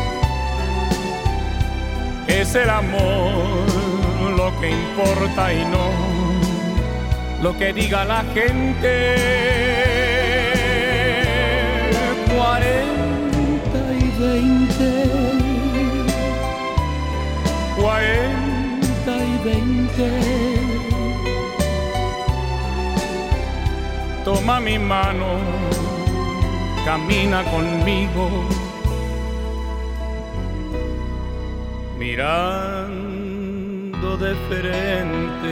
Es el amor lo que importa y no lo que diga la gente. 40 y 20, 40 y 20. Toma mi mano, camina conmigo, mirando de frente.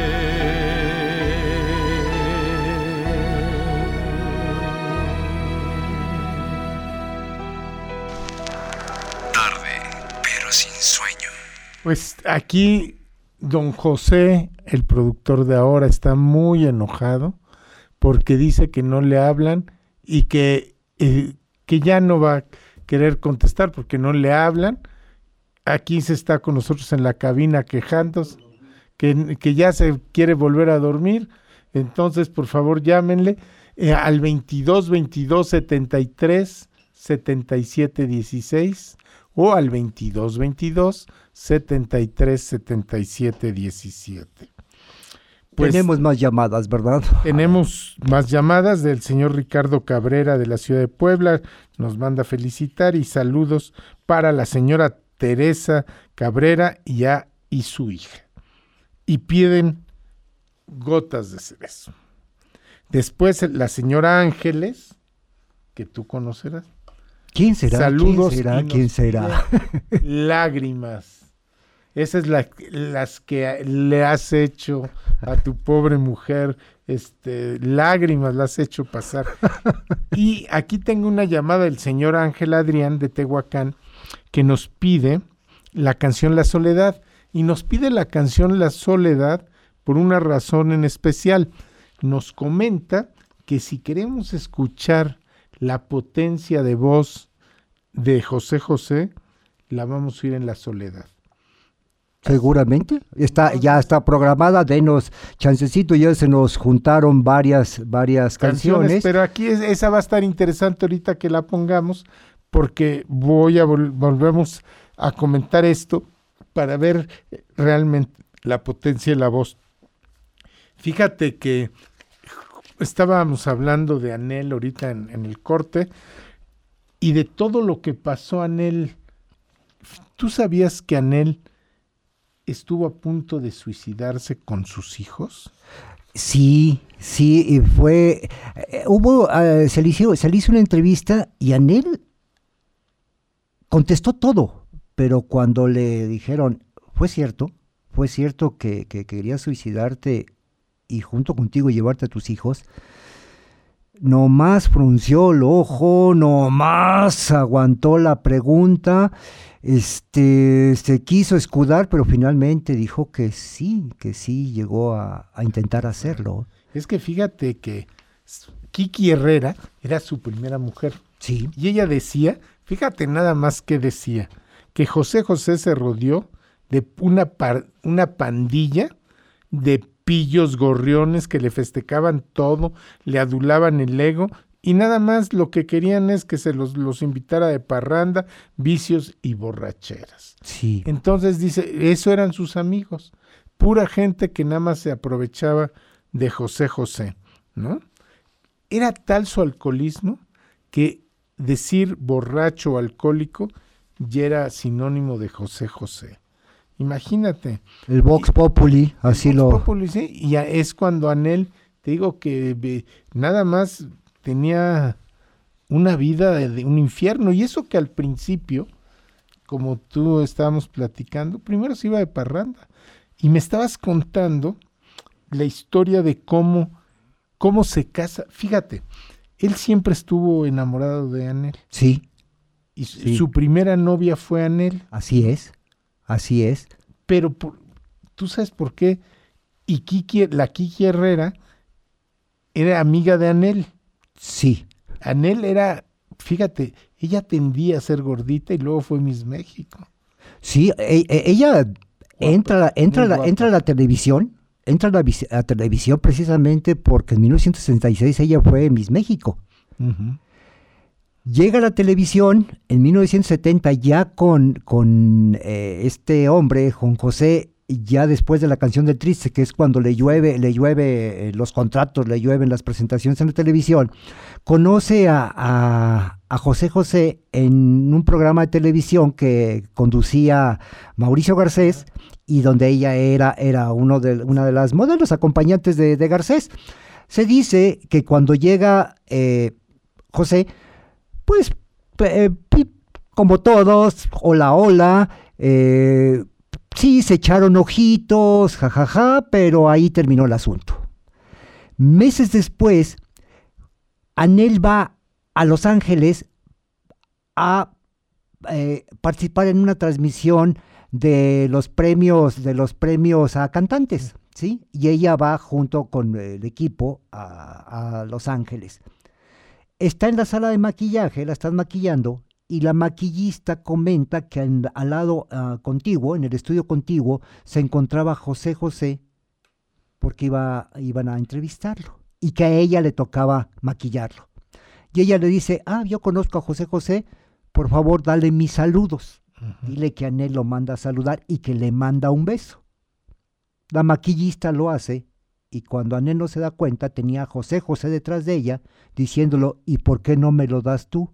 Tarde, pero sin sueño. Pues aquí don José, el productor de ahora, está muy enojado porque dice que no le hablan y que ya no va a querer contestar porque no le hablan. Aquí se está con nosotros en la cabina quejándose, que ya se quiere volver a dormir. Entonces, por favor, llámenle al 22 22 73 77 16 o al 22 22 73 77 17. Pues, tenemos más llamadas, ¿verdad? Tenemos más llamadas del señor Ricardo Cabrera de la ciudad de Puebla. Nos manda felicitar y saludos para la señora Teresa Cabrera y su hija. Y piden gotas de cerezo. Después la señora Ángeles, que tú conocerás. ¿Quién será? Saludos. ¿Quién será? Lágrimas. Esas es las que le has hecho a tu pobre mujer, lágrimas le has hecho pasar. Y aquí tengo una llamada del señor Ángel Adrián de Tehuacán, que nos pide la canción La Soledad, y nos pide la canción La Soledad por una razón en especial. Nos comenta que si queremos escuchar la potencia de voz de José José la vamos a oír en La Soledad. Seguramente, ya está programada, denos chancecito, ya se nos juntaron varias canciones. Pero aquí esa va a estar interesante ahorita que la pongamos, porque volvemos a comentar esto para ver realmente la potencia de la voz. Fíjate que estábamos hablando de Anhel ahorita en el corte, y de todo lo que pasó Anhel. ¿Tú sabías que Anhel estuvo a punto de suicidarse con sus hijos? Sí, y fue, se le hizo una entrevista y Anhel contestó todo, pero cuando le dijeron, fue cierto que querías suicidarte y junto contigo llevarte a tus hijos, nomás frunció el ojo, nomás aguantó la pregunta, se quiso escudar, pero finalmente dijo que sí llegó a intentar hacerlo. Es que fíjate que Kiki Herrera era su primera mujer. Sí. Y ella decía, fíjate nada más que decía, que José José se rodeó de una pandilla de pillos gorriones que le festejaban todo, le adulaban el ego, y nada más lo que querían es que se los invitara de parranda, vicios y borracheras. Sí. Entonces dice, eso eran sus amigos, pura gente que nada más se aprovechaba de José José, ¿no? Era tal su alcoholismo que decir borracho o alcohólico ya era sinónimo de José José. Imagínate. El Vox Populi, así el lo... Vox Populi, sí, y es cuando Anhel, te digo que nada más tenía una vida de un infierno, y eso que al principio, como tú estábamos platicando, primero se iba de parranda, y me estabas contando la historia de cómo se casa. Fíjate, él siempre estuvo enamorado de Anhel. Sí. Y su primera novia fue Anhel. Así es. Pero ¿tú sabes por qué? Y la Kiki Herrera era amiga de Anhel. Sí. Anhel era, fíjate, ella tendía a ser gordita y luego fue Miss México. Sí, ella entra a la televisión, a televisión precisamente porque en 1966 ella fue Miss México. Uh-huh. Llega a la televisión en 1970 ya con este hombre, Juan José, ya después de la canción del Triste, que es cuando le llueve los contratos, le llueven las presentaciones en la televisión. Conoce a José José en un programa de televisión que conducía Mauricio Garcés, y donde ella era una de las modelos acompañantes de Garcés. Se dice que cuando llega José, pues como todos, hola, sí, se echaron ojitos, jajaja, pero ahí terminó el asunto. Meses después, Anhel va a Los Ángeles a participar en una transmisión de los premios a cantantes, ¿sí? Y ella va junto con el equipo a Los Ángeles. Está en la sala de maquillaje, la están maquillando, y la maquillista comenta que al lado contiguo, en el estudio contiguo, se encontraba José José, porque iban a entrevistarlo, y que a ella le tocaba maquillarlo. Y ella le dice, yo conozco a José José, por favor dale mis saludos. Uh-huh. Dile que Anhel lo manda a saludar y que le manda un beso. La maquillista lo hace, y cuando Anhel no se da cuenta, tenía a José José detrás de ella, diciéndolo, ¿y por qué no me lo das tú?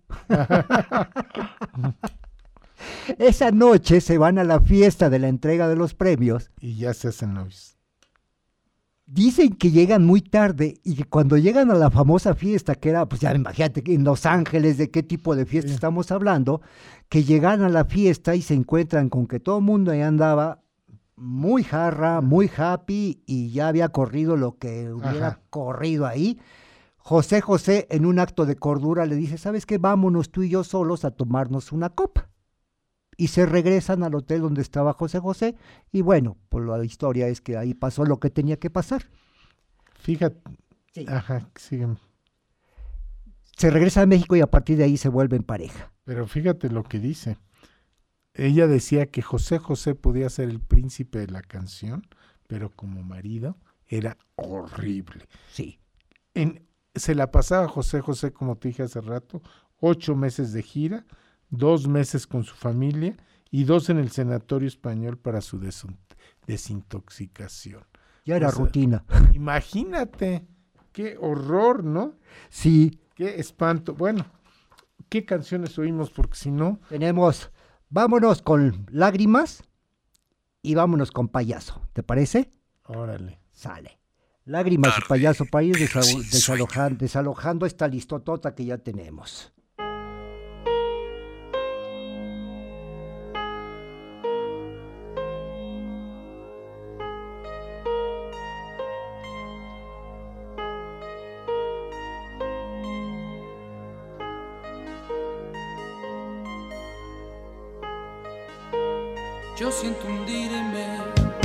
Esa noche se van a la fiesta de la entrega de los premios. Y ya se hacen novios. Dicen que llegan muy tarde, y que cuando llegan a la famosa fiesta, que era, pues ya imagínate, en Los Ángeles, de qué tipo de fiesta estamos hablando, que llegan a la fiesta y se encuentran con que todo el mundo ahí andaba muy jarra, muy happy, y ya había corrido lo que hubiera corrido ahí. José José, en un acto de cordura, le dice, ¿sabes qué? Vámonos tú y yo solos a tomarnos una copa. Y se regresan al hotel donde estaba José José, y bueno, pues la historia es que ahí pasó lo que tenía que pasar. Fíjate. Sí. Sígueme. Se regresa a México y a partir de ahí se vuelven pareja. Pero fíjate lo que dice. Ella decía que José José podía ser el príncipe de la canción, pero como marido era horrible. Sí. Se la pasaba José José, como te dije hace rato, 8 meses de gira, 2 meses con su familia y 2 en el Sanatorio Español para su desintoxicación. Ya era rutina. Imagínate, qué horror, ¿no? Sí. Qué espanto. Bueno, ¿qué canciones oímos? Porque si no... Vámonos con Lágrimas y vámonos con Payaso. ¿Te parece? Órale. Sale. Lágrimas y Payaso para ir desalojando esta listotota que ya tenemos. Yo siento hundirme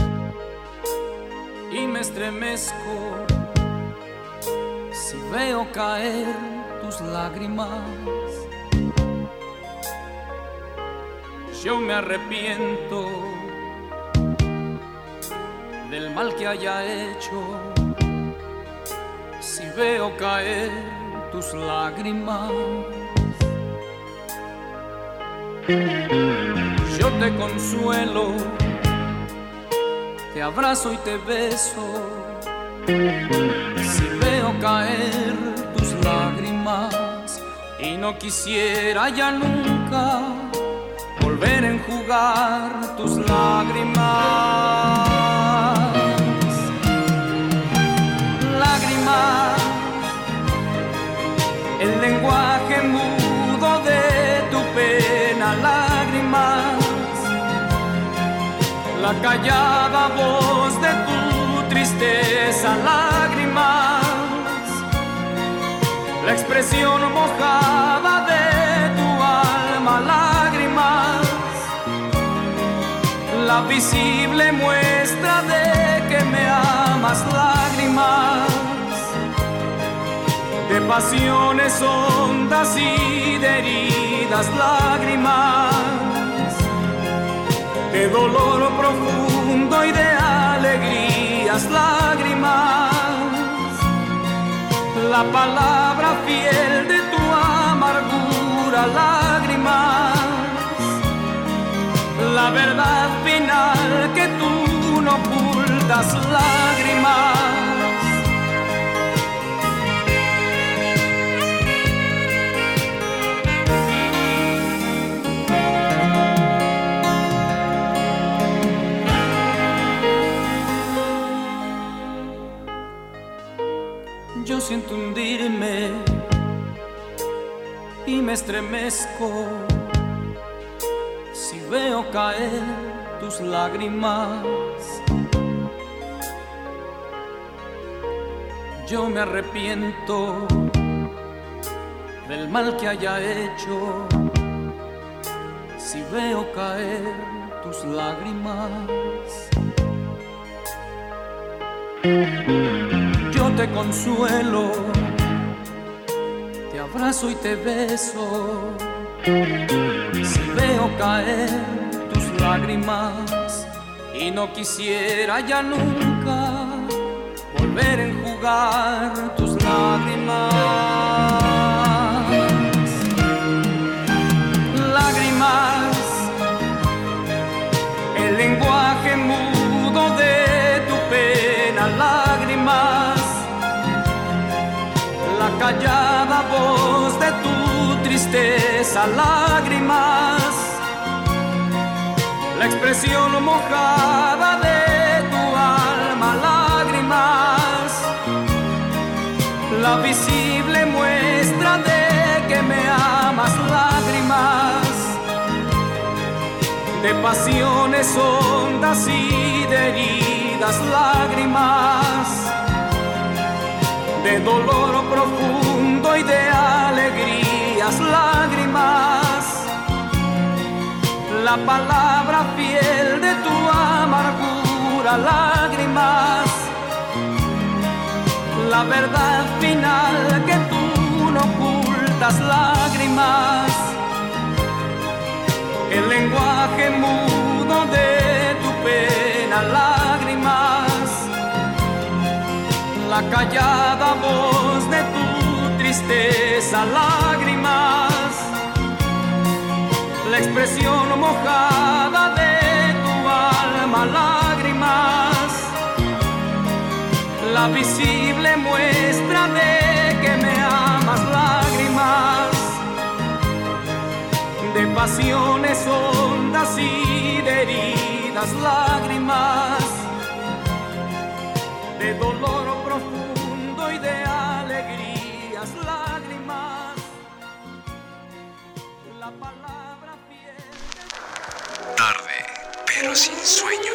y me estremezco si veo caer tus lágrimas. Yo me arrepiento del mal que haya hecho si veo caer tus lágrimas. Yo te consuelo, te abrazo y te beso si veo caer tus lágrimas y no quisiera ya nunca volver a enjugar tus lágrimas. Lágrimas, el lenguaje mudo de tu pena. Lágrimas, la callada voz de tu tristeza. Lágrimas, la expresión mojada de tu alma. Lágrimas, la visible muestra de que me amas. Lágrimas, de pasiones hondas y de heridas. Lágrimas, de dolor profundo y de alegrías. Lágrimas, la palabra fiel de tu amargura. Lágrimas, la verdad final que tú no ocultas. Lágrimas, yo siento hundirme y me estremezco si veo caer tus lágrimas. Yo me arrepiento del mal que haya hecho si veo caer tus lágrimas. Yo te consuelo, te abrazo y te beso si veo caer tus lágrimas y no quisiera ya nunca volver a enjugar tus lágrimas. Lágrimas, el lenguaje mudo de tu pena. Lágrimas, la callada voz de tu tristeza. Lágrimas, la expresión mojada de tu alma. Lágrimas, la visible muestra de que me amas. Lágrimas, de pasiones hondas y de heridas. Lágrimas, de dolor profundo y de alegrías. Lágrimas, la palabra fiel de tu amargura. Lágrimas, la verdad final que tú no ocultas. Lágrimas, el lenguaje mudo de tu pena, lágrimas, la callada voz de tu tristeza, lágrimas, la expresión mojada de tu alma, lágrimas, la visible muestra de que me amas, lágrimas, de pasiones hondas y de heridas, lágrimas, de dolor profundo y de alegrías, lágrimas, la palabra fiel. Tarde, pero sin sueño.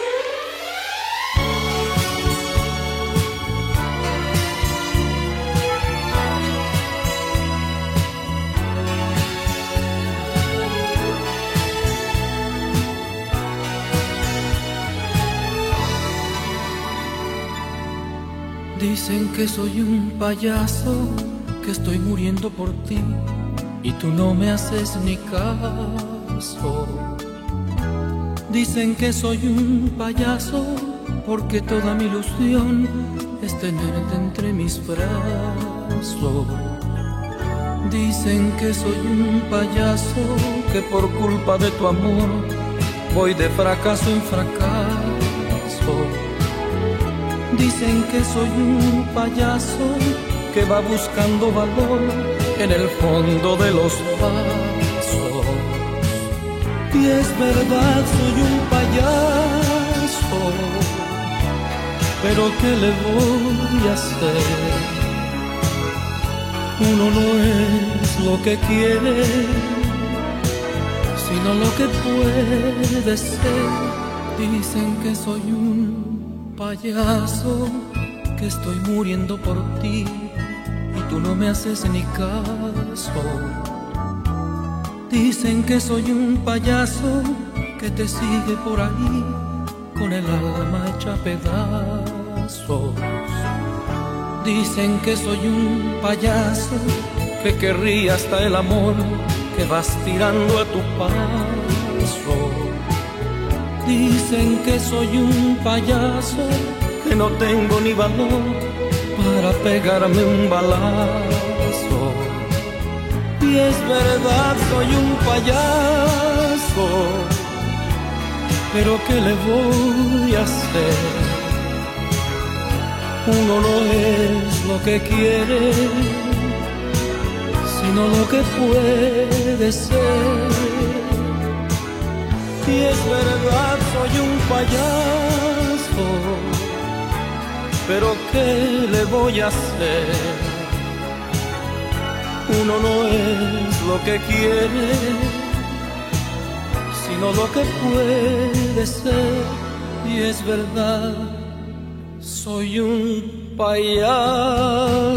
Dicen que soy un payaso, que estoy muriendo por ti y tú no me haces ni caso. Dicen que soy un payaso porque toda mi ilusión es tenerte entre mis brazos. Dicen que soy un payaso, que por culpa de tu amor voy de fracaso en fracaso. Dicen que soy un payaso que va buscando valor en el fondo de los pasos. Y es verdad, soy un payaso, pero ¿qué le voy a hacer? Uno no es lo que quiere, sino lo que puede ser. Dicen que soy un payaso, que estoy muriendo por ti y tú no me haces ni caso. Dicen que soy un payaso que te sigue por ahí con el alma hecha pedazos. Dicen que soy un payaso que querría hasta el amor que vas tirando a tu paso. Dicen que soy un payaso que no tengo ni valor para pegarme un balazo. Y es verdad, soy un payaso, pero ¿qué le voy a hacer? Uno no es lo que quiere, sino lo que puede ser. Y es verdad, soy un payaso, pero ¿qué le voy a hacer? Uno no es lo que quiere, sino lo que puede ser. Y es verdad, soy un payaso.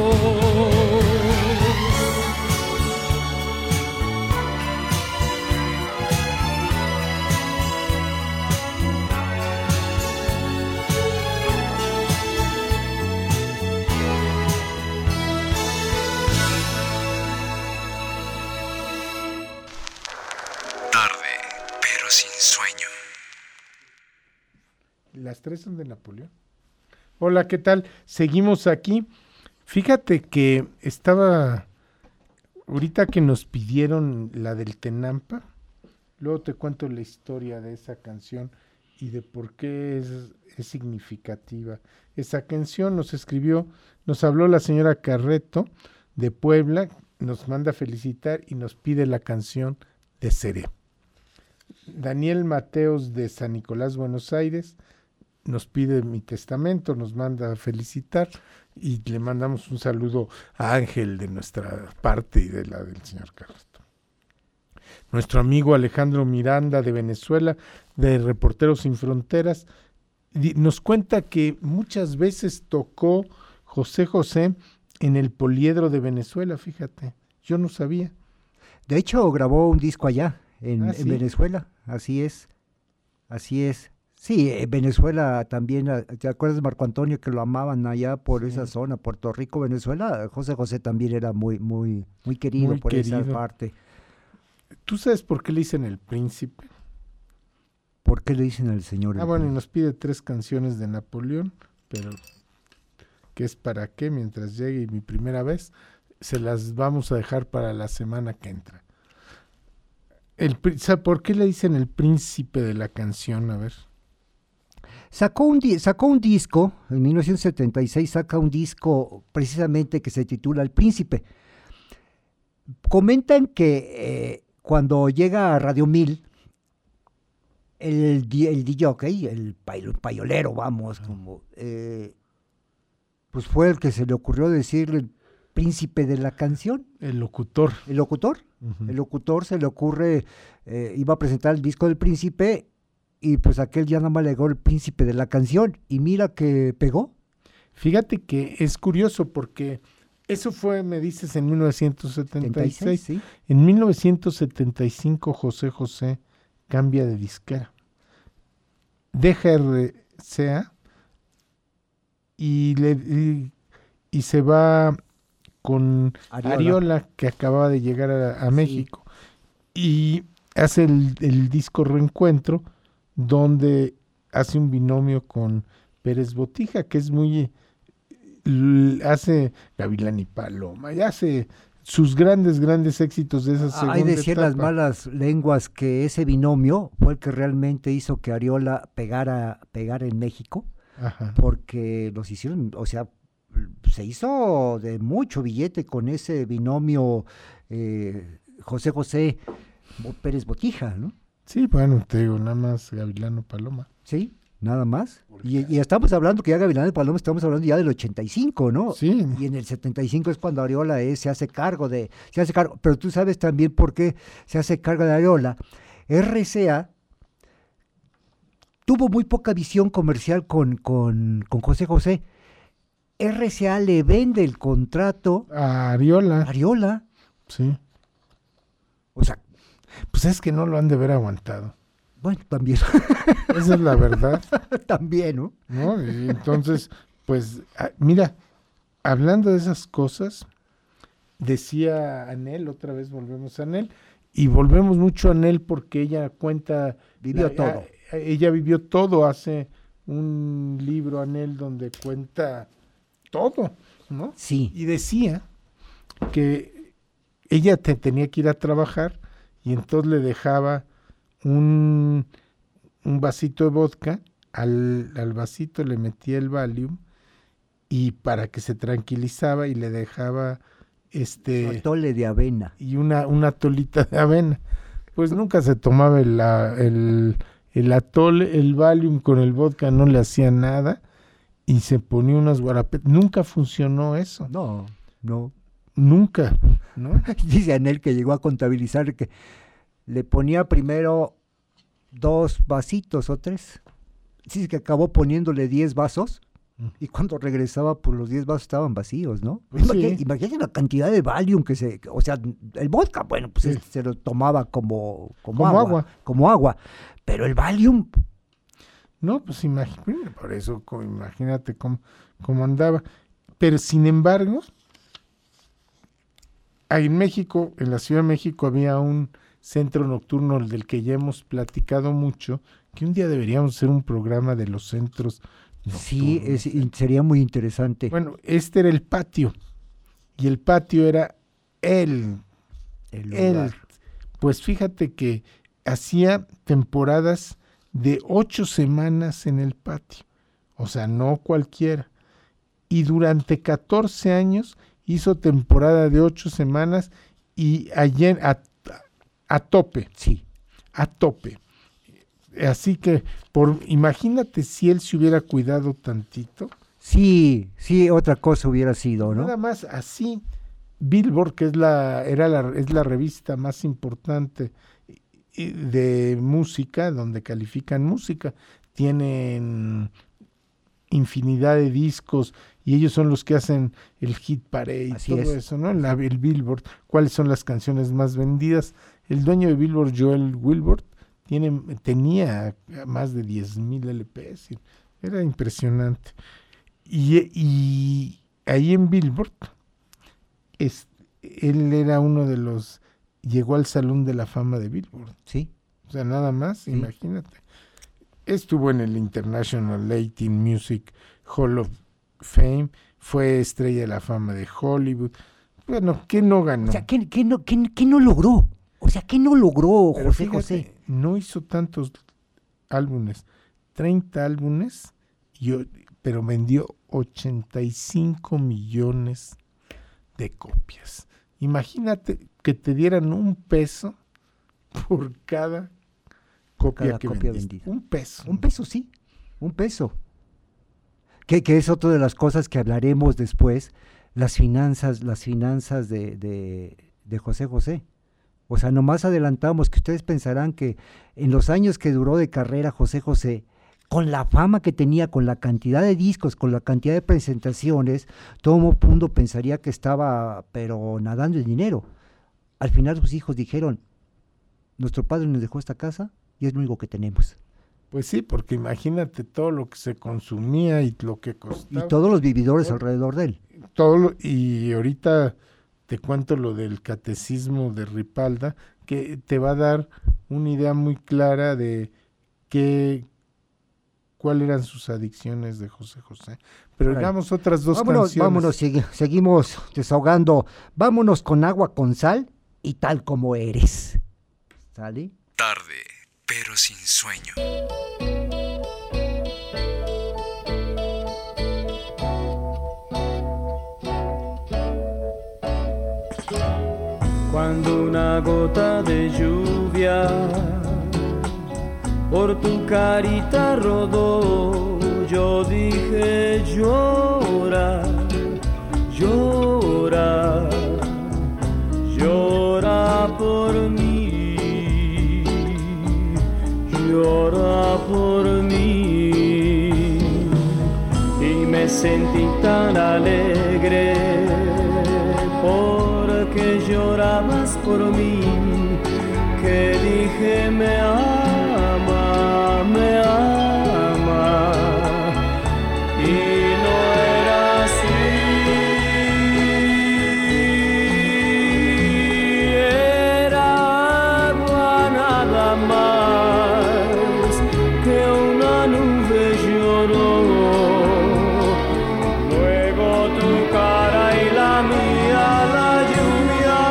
Las tres son de Napoleón. Hola, ¿qué tal? Seguimos aquí. Fíjate que estaba, ahorita que nos pidieron la del Tenampa, luego te cuento la historia de esa canción y de por qué es significativa. Esa canción nos habló la señora Carreto de Puebla, nos manda a felicitar y nos pide la canción de Seré. Daniel Mateos de San Nicolás, Buenos Aires, nos pide Mi Testamento, nos manda a felicitar y le mandamos un saludo a Ángel de nuestra parte y de la del señor Carreto. Nuestro amigo Alejandro Miranda de Venezuela, de Reporteros Sin Fronteras, nos cuenta que muchas veces tocó José José en el Poliedro de Venezuela, fíjate, yo no sabía. De hecho, grabó un disco allá, en ¿sí? Venezuela, así es. Sí, en Venezuela también, ¿te acuerdas de Marco Antonio que lo amaban allá por esa zona, Puerto Rico, Venezuela? José José también era muy querido esa parte. ¿Tú sabes por qué le dicen el príncipe? ¿Por qué le dicen al señor? Bueno, y nos pide 3 canciones de Napoleón, pero ¿qué es para qué? Mientras llegue mi primera vez, se las vamos a dejar para la semana que entra. ¿Por qué le dicen el príncipe de la canción? A ver. Sacó un disco, en 1976 saca un disco precisamente que se titula El Príncipe. Comentan que cuando llega a Radio 1000, el DJ, el payolero, vamos, como, pues fue el que se le ocurrió decirle el príncipe de la canción. El locutor. El locutor. Uh-huh. El locutor se le ocurre, iba a presentar el disco del príncipe, y pues aquel ya nada más le llegó el príncipe de la canción, y mira que pegó. Fíjate que es curioso porque eso fue, me dices, en 1976. ¿Sí? En 1975 José José cambia de disquera. Deja RCA y se va con Ariola, que acababa de llegar a México. Y hace el disco Reencuentro, donde hace un binomio con Pérez Botija, que es muy... hace Gavilán y Paloma, y hace sus grandes éxitos de esa segunda etapa. Hay decir las malas lenguas que ese binomio fue el que realmente hizo que Ariola pegara en México. Ajá. Porque los hicieron, o sea, se hizo de mucho billete con ese binomio José José Pérez Botija, ¿no? Sí, bueno, te digo, nada más Gavilán o Paloma. Sí, nada más. Y estamos hablando que ya Gavilán y Paloma, estamos hablando ya del 85, ¿no? Sí. Y en el 75 es cuando Ariola se hace cargo. Pero tú sabes también por qué se hace cargo de Ariola. RCA tuvo muy poca visión comercial con José José. RCA le vende el contrato a Ariola. Sí. O sea, pues es que no lo han de haber aguantado. Bueno, también. Esa es la verdad. También, ¿no? Y entonces, pues, mira, hablando de esas cosas, decía Anel, otra vez volvemos a Anel, y volvemos mucho a Anel porque ella cuenta... Vivió todo. Ella vivió todo, hace un libro, Anel, donde cuenta todo, ¿no? Sí. Y decía que ella tenía que ir a trabajar y entonces le dejaba un vasito de vodka, al vasito le metía el Valium y para que se tranquilizaba y le dejaba su atole de avena y una tolita de avena. Pues nunca se tomaba el atole, el Valium con el vodka no le hacía nada y se ponía unas guarapetas. Nunca funcionó eso. No. Nunca, ¿no? Dice Anel que llegó a contabilizar que le ponía primero 2 vasitos o 3. Sí, que acabó poniéndole 10 vasos y cuando regresaba, pues los 10 vasos estaban vacíos, ¿no? Pues sí. Imagínate la cantidad de Valium o sea, el vodka, bueno, pues sí, se lo tomaba como agua. Pero el Valium... No, pues imagínate, por eso, imagínate cómo andaba. Pero sin embargo, en México, en la Ciudad de México, había un centro nocturno del que ya hemos platicado mucho, que un día deberíamos hacer un programa de los centros nocturnos. Sí, sería muy interesante. Bueno, este era el patio, y el patio era el lugar. Pues fíjate que hacía temporadas de 8 semanas en el patio, o sea, no cualquiera, y durante 14 años hizo temporada de 8 semanas y ayer a tope. Sí. A tope. Así que, imagínate si él se hubiera cuidado tantito. Sí, otra cosa hubiera sido, ¿no? Nada más así, Billboard, que es la revista más importante de música, donde califican música, tienen infinidad de discos y ellos son los que hacen el hit parade y todo eso, ¿no? El Billboard, cuáles son las canciones más vendidas. El dueño de Billboard, Joel Wilbur, tenía más de 10,000 LPs, era impresionante. Y ahí en Billboard, él era uno de los llegó al Salón de la Fama de Billboard. Sí. O sea, nada más, imagínate. Estuvo en el International Latin Music Hall of Fame, fue estrella de la fama de Hollywood. Bueno, ¿qué no ganó? O sea, ¿qué no logró? O sea, ¿qué no logró Pero José fíjate, José? no hizo tantos álbumes, 30 álbumes, pero vendió 85 millones de copias. Imagínate que te dieran $1 por cada copia vendiste. $1. $1, sí, $1. Que es otra de las cosas que hablaremos después, las finanzas de José José. O sea, nomás adelantamos que ustedes pensarán que en los años que duró de carrera José José, con la fama que tenía, con la cantidad de discos, con la cantidad de presentaciones, todo el mundo pensaría que estaba, pero nadando en dinero. Al final sus hijos dijeron, nuestro padre nos dejó esta casa y es lo único que tenemos. Pues sí, porque imagínate todo lo que se consumía y lo que costaba. Y todos los vividores alrededor de él. Y ahorita te cuento lo del catecismo de Ripalda, que te va a dar una idea muy clara de cuáles eran sus adicciones de José José. Pero hagamos otras dos canciones. Vámonos, seguimos desahogando. Vámonos con Agua con Sal y Tal Como Eres. ¿Sale? Tarde, pero sin sueño. Cuando una gota de lluvia por tu carita rodó, yo dije llora, llora, llora por mí, llora por mí. Y me sentí tan alegre porque llorabas por mí, que dije me ama, me ama, y no era así, era agua nada más que una nube lloró, luego tu cara y la mía la lluvia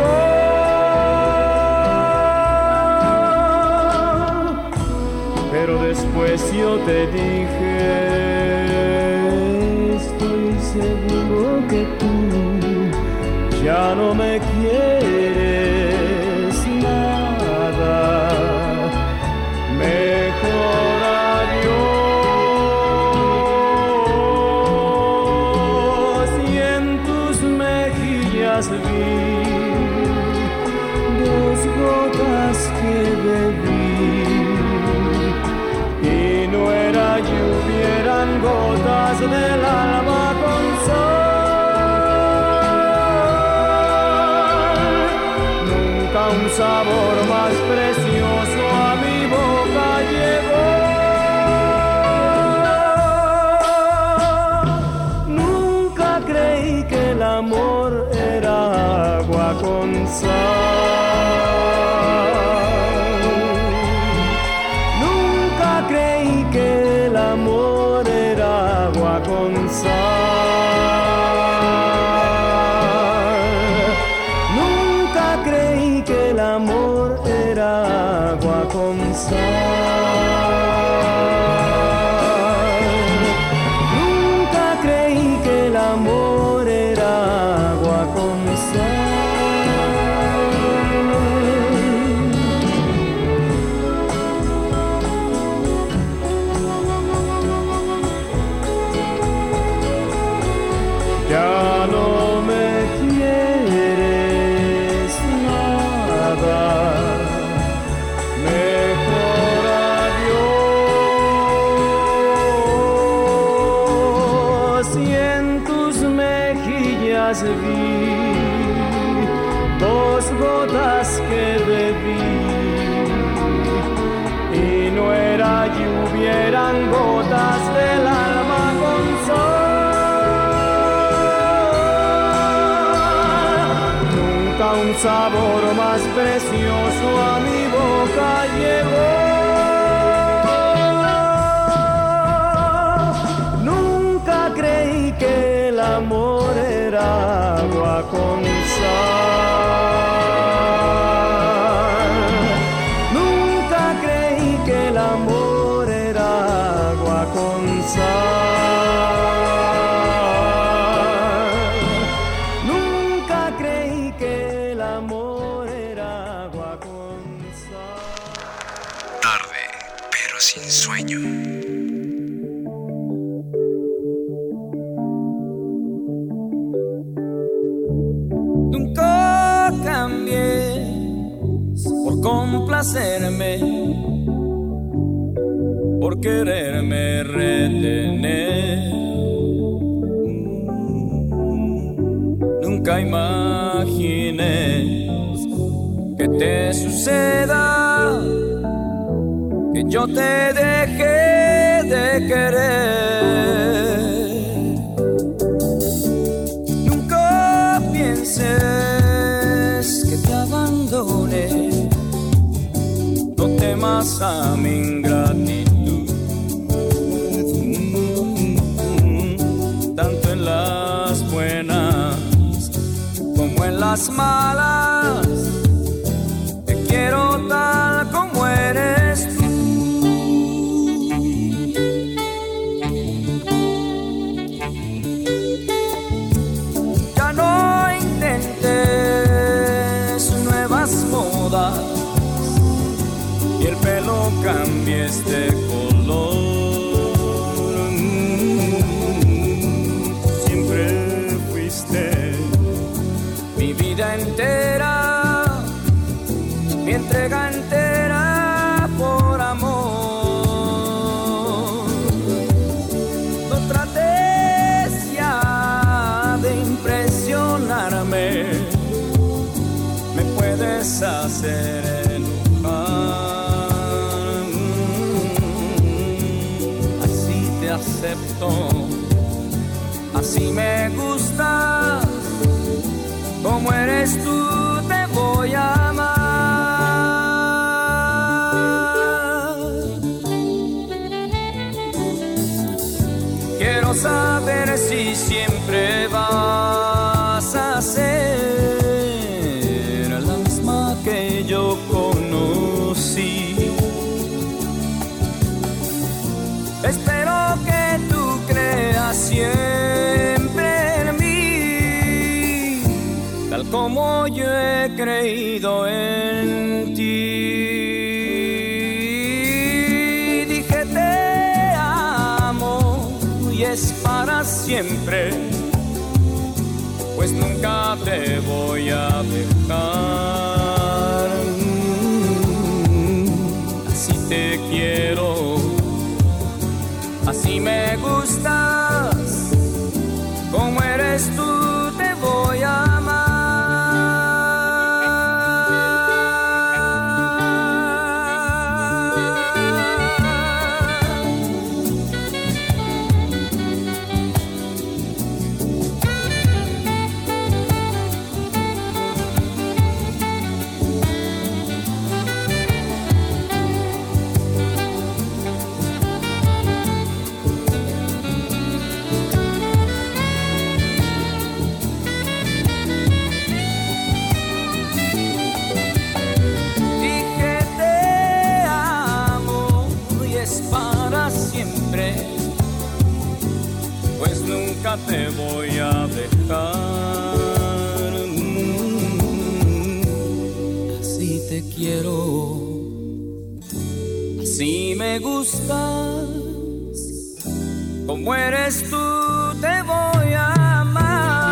mojó, pero después yo te dije, estoy seguro que tú ya no me quieres nada, mejor adiós. Y en tus mejillas vi dos gotas que bebí, y no era lluvia, eran gotas del alma con sal. Nunca un sabor más precioso a mi boca llegó. Nunca creí que el amor era agua con sal. Nunca creí que el amor era agua con sal. Nunca creí que el amor era agua con sal. Nunca creí que el amor era agua con sal. Ya no me quieres nada, mejor adiós. Y en tus mejillas vi dos gotas que bebí, y no era lluvia, eran gotas del alma con sal. Un sabor más precioso a mi boca llegó. Nunca creí que el amor era agua con sal. Nunca creí que el amor era agua con sal. Sin sueño. Nunca cambié por complacerme, por quererme retener. Nunca imagines que te suceda que yo te dejé de querer. Nunca pienses que te abandone, no temas a mi ingratitud. Tanto en las buenas como en las malas, te quiero tal como eres tú. Y el pelo cambies de color. Siempre fuiste mi vida entera, mi entrega entera por amor. No trates ya de impresionarme, me puedes hacer enojar. Así te acepto, así me gustas, como eres tú te voy a amar. Quiero saber si siempre vas a ser que yo conocí. Espero que tú creas siempre en mí, tal como yo he creído en ti. Dije te amo y es para siempre, pues nunca te voy a dejar. Así te quiero, así me gustas, como eres tú te voy a amar. Pues nunca te voy a dejar. Así te quiero, así me gustas, como eres tú te voy a amar.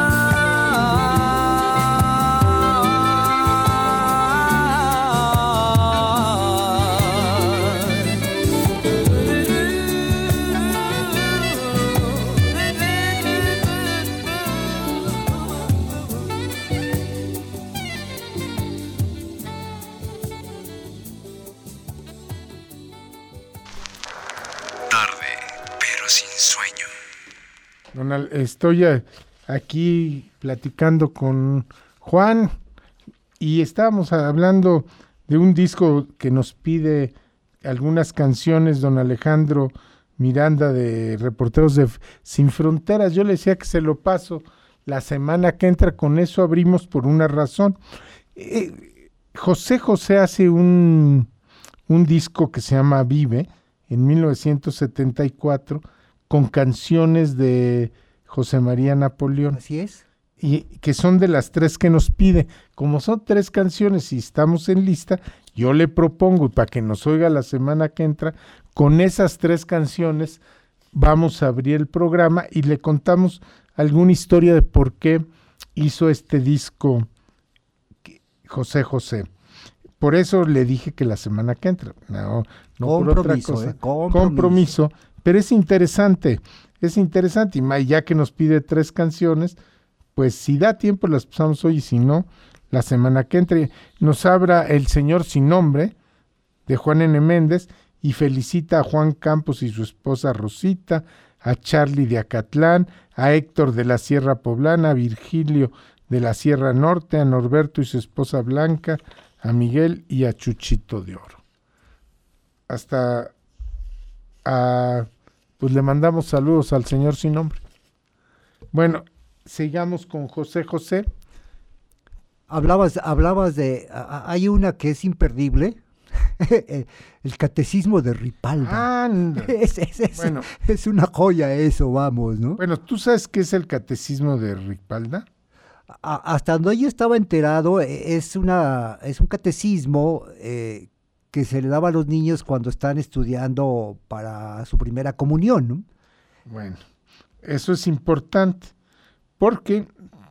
Estoy aquí platicando con Juan Y estábamos hablando de un disco que nos pide algunas canciones don Alejandro Miranda de Reporteros de Sin Fronteras. Yo le decía que se lo paso la semana que entra, con eso abrimos por una razón. José José hace un disco que se llama Vive, en 1974, con canciones de José María Napoleón. Así es. Y que son de las 3 que nos pide. Como son 3 canciones y estamos en lista, yo le propongo, para que nos oiga la semana que entra, con esas 3 canciones vamos a abrir el programa y le contamos alguna historia de por qué hizo este disco José José. Por eso le dije que la semana que entra, no por otra cosa. Compromiso. Pero es interesante, y ya que nos pide 3 canciones, pues si da tiempo las pasamos hoy, y si no, la semana que entre. Nos abra El Señor Sin Nombre, de Juan N. Méndez, y felicita a Juan Campos y su esposa Rosita, a Charlie de Acatlán, a Héctor de la Sierra Poblana, a Virgilio de la Sierra Norte, a Norberto y su esposa Blanca, a Miguel y a Chuchito de Oro. Pues le mandamos saludos al Señor Sin Nombre. Bueno, sigamos con José José. Hablabas de... Hay una que es imperdible, el Catecismo de Ripalda. Bueno, es una joya eso, vamos, ¿no? Bueno, ¿tú sabes qué es el Catecismo de Ripalda? Hasta donde yo estaba enterado, es un catecismo que se le daba a los niños cuando están estudiando para su primera comunión, ¿no? Bueno, eso es importante, porque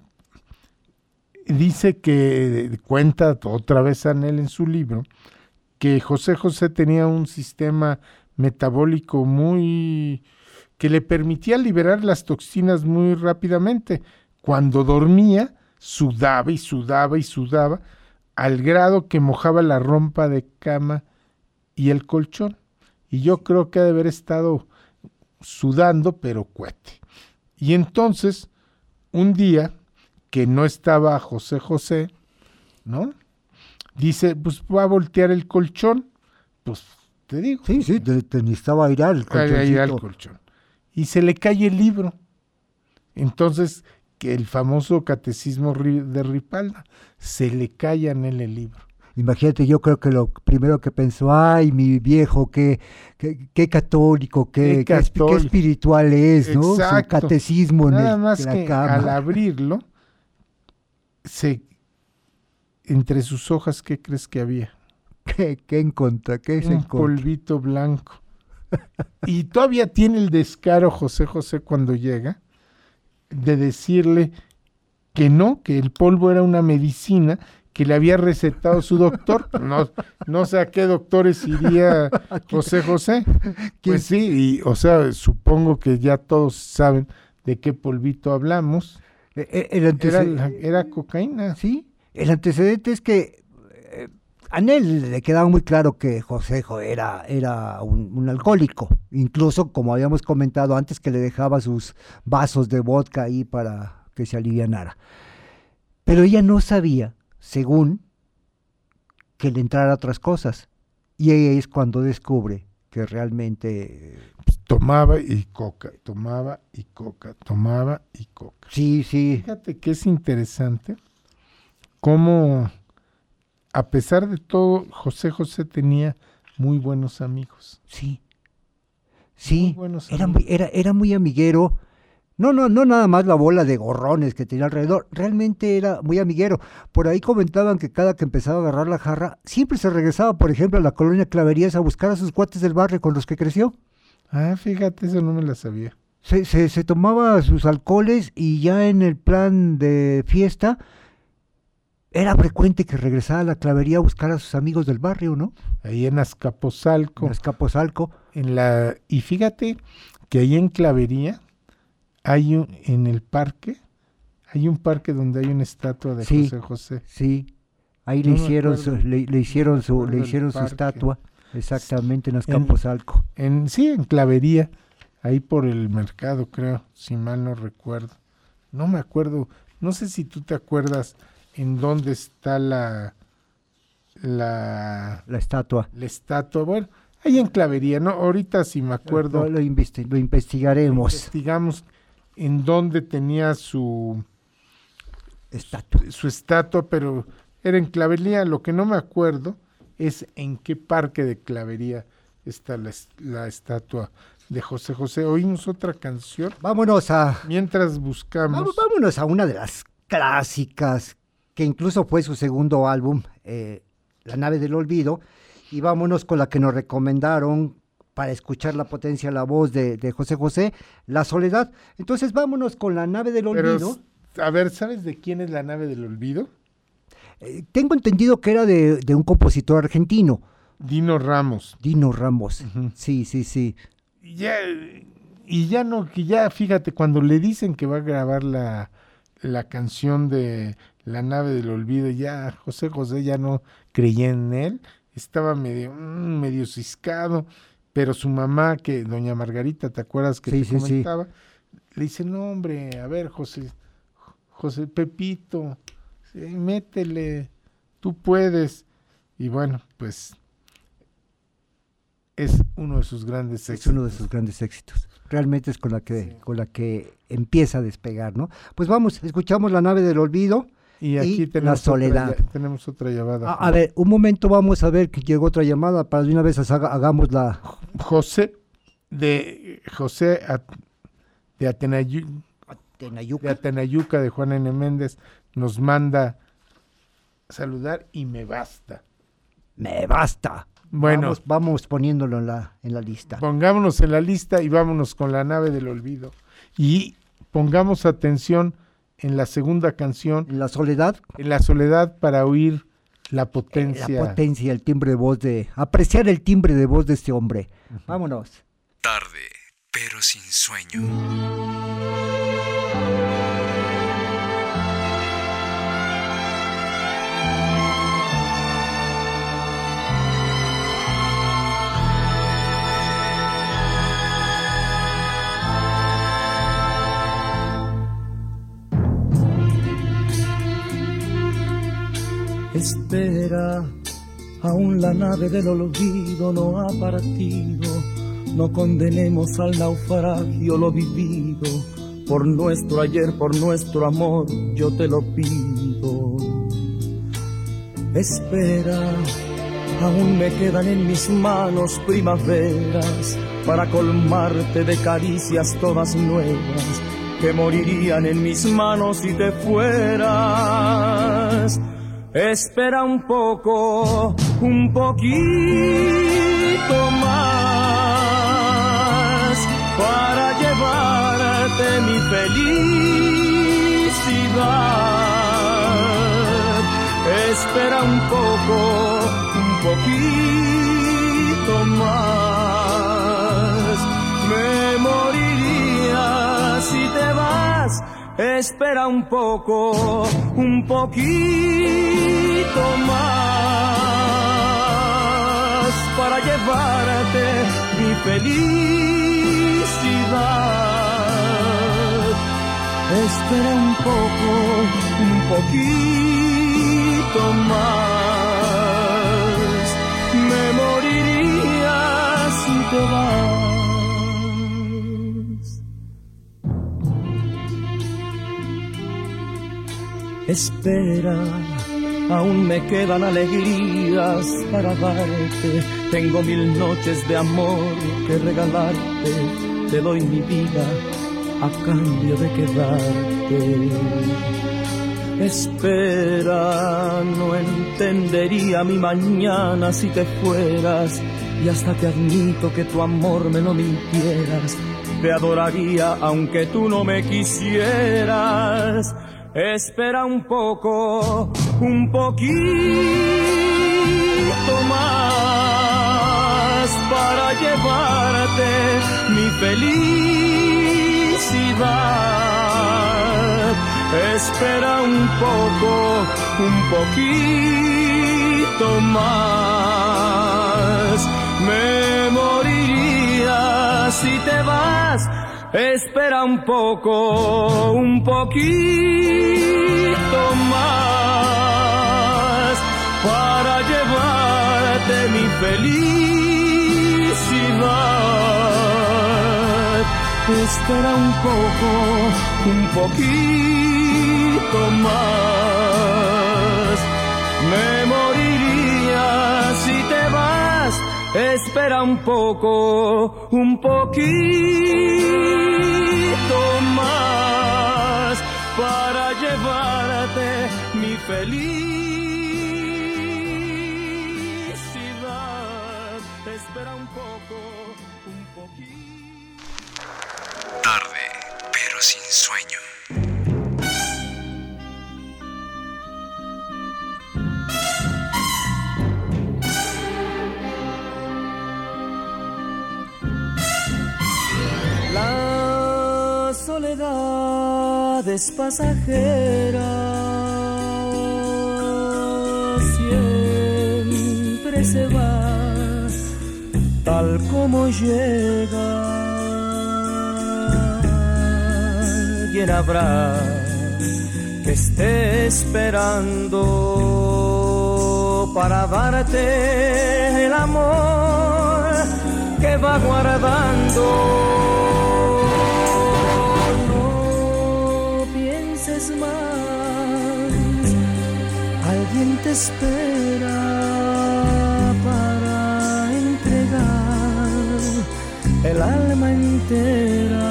dice que, cuenta otra vez Anel en su libro, que José José tenía un sistema metabólico que le permitía liberar las toxinas muy rápidamente. Cuando dormía, sudaba y sudaba y sudaba, al grado que mojaba la rompa de cama y el colchón. Y yo creo que ha de haber estado sudando, pero cuete. Y entonces, un día que no estaba José José, ¿no? Dice, pues va a voltear el colchón. Pues te digo. Sí, te necesitaba airar el colchón. Y se le cae el libro. Entonces, que el famoso Catecismo de Ripalda, se le cae en el libro. Imagínate, yo creo que lo primero que pensó, ay, mi viejo, qué católico, qué espiritual es, ¿no? Exacto. Su catecismo Nada en más la que cama. Al abrirlo, entre sus hojas, ¿qué crees que había? ¿Qué se encontró? Un polvito blanco. Y todavía tiene el descaro José José cuando llega de decirle que no, que el polvo era una medicina que le había recetado su doctor. No sé a qué doctores iría José José. Pues sí, supongo que ya todos saben de qué polvito hablamos. Era cocaína. Sí, el antecedente es que a Anel le quedaba muy claro que José era un alcohólico, incluso como habíamos comentado antes, que le dejaba sus vasos de vodka ahí para que se alivianara. Pero ella no sabía, según, que le entrara otras cosas. Y ahí es cuando descubre que realmente... tomaba y coca, tomaba y coca, tomaba y coca. Sí. Fíjate que es interesante cómo, a pesar de todo, José José tenía muy buenos amigos. Sí, era muy amiguero. No nada más la bola de gorrones que tenía alrededor, realmente era muy amiguero. Por ahí comentaban que cada que empezaba a agarrar la jarra, siempre se regresaba, por ejemplo, a la colonia Claverías a buscar a sus cuates del barrio con los que creció. Ah, fíjate, eso no me la sabía. Se tomaba sus alcoholes y ya en el plan de fiesta era frecuente que regresara a la Clavería a buscar a sus amigos del barrio, ¿no? Ahí en Azcapotzalco. Y fíjate que ahí en Clavería en el parque, hay un parque donde hay una estatua de José José. Sí, ahí le hicieron su estatua, exactamente, en Azcapotzalco. En Clavería, ahí por el mercado, creo, si mal no recuerdo. No me acuerdo, no sé si tú te acuerdas, en dónde está la estatua. La estatua, bueno, ahí en Clavería, ¿no? Ahorita si me acuerdo. Lo investigaremos. Investigamos en dónde tenía su estatua, pero era en Clavería. Lo que no me acuerdo es en qué parque de Clavería está la estatua de José José. Oímos otra canción. Mientras buscamos. Vámonos a una de las clásicas, que incluso fue su segundo álbum, La nave del olvido, y vámonos con la que nos recomendaron para escuchar la potencia, la voz de José José, La Soledad. Entonces vámonos con La nave del olvido. A ver, ¿sabes de quién es La nave del olvido? Tengo entendido que era de un compositor argentino. Dino Ramos. Uh-huh. Sí. Ya fíjate, cuando le dicen que va a grabar la canción de La nave del olvido, ya José José ya no creía en él, estaba medio ciscado, pero su mamá, que doña Margarita, ¿te acuerdas que te comentaba? Sí. Le dice, no hombre, a ver José Pepito, métele, tú puedes. Y bueno, pues es uno de sus grandes éxitos. Realmente es con la que empieza a despegar, ¿no? Pues vamos, escuchamos La nave del olvido y aquí tenemos La soledad. Tenemos otra llamada. A ver, un momento, vamos a ver que llegó otra llamada para de una vez hagamos la... José de Atenayuca, de Juan N. Méndez, nos manda saludar y me basta. Bueno, vamos poniéndolo en la lista. Pongámonos en la lista y vámonos con La nave del olvido. Y pongamos atención en la segunda canción. ¿En La soledad? En La soledad, para oír la potencia. El timbre de voz apreciar el timbre de voz de este hombre. Uh-huh. Vámonos. Tarde, pero sin sueño. Espera, aún la nave del olvido no ha partido. No condenemos al naufragio lo vivido. Por nuestro ayer, por nuestro amor, yo te lo pido. Espera, aún me quedan en mis manos primaveras para colmarte de caricias todas nuevas que morirían en mis manos si te fueras. Espera un poco, un poquito más para llevarte mi felicidad. Espera un poco, un poquito más. Me moriría si te vas. Espera un poco, un poquito más para llevarte mi felicidad. Espera un poco, un poquito más. Me moriría si te vas. Espera, aún me quedan alegrías para darte. Tengo 1000 noches de amor que regalarte. Te doy mi vida a cambio de quedarte. Espera, no entendería mi mañana si te fueras. Y hasta te admito que tu amor me lo mintieras. Te adoraría aunque tú no me quisieras. Espera un poco, un poquito más para llevarte mi felicidad. Espera un poco, un poquito más. Me moriría si te vas. Espera un poco, un poquito más para llevarte mi felicidad. Espera un poquito más. Me moriría si te vas. Espera un poquito más para llevarte mi felicidad. Espera un poquito. Tarde, pero sin sueño. La soledad es pasajera, siempre se va, tal como llega. ¿Quién habrá que esté esperando para darte el amor que va guardando? No pienses más, alguien te espera para entregar el alma entera.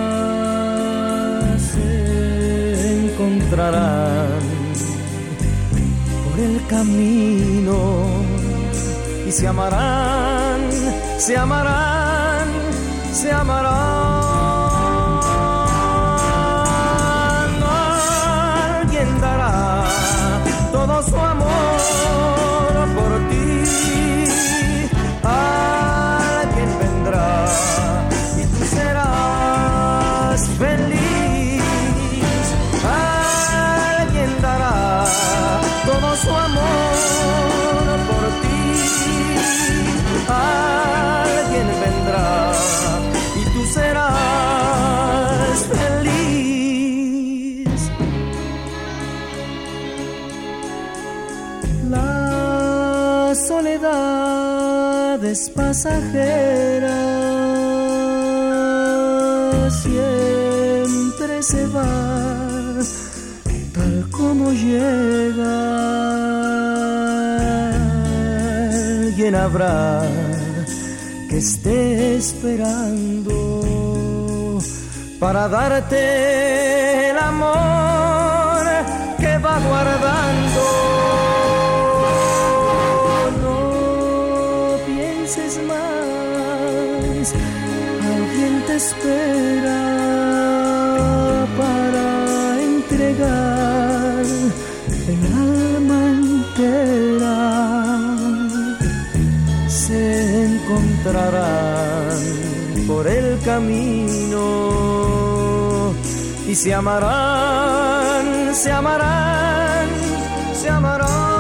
Se encontrarán por el camino y se amarán, se amarán, se amarán. Alguien dará todo su amor por ti. Alguien vendrá y tú serás feliz. Alguien dará todo su amor por ti. Alguien vendrá y tú serás feliz. La soledad es pasajera, siempre se va, tal como llega. Alguien habrá que esté esperando para darte el amor que va guardando. No pienses más, alguien te espera para entregar el alma entera. Se encontrarán por el camino y se amarán, se amarán, se amarán.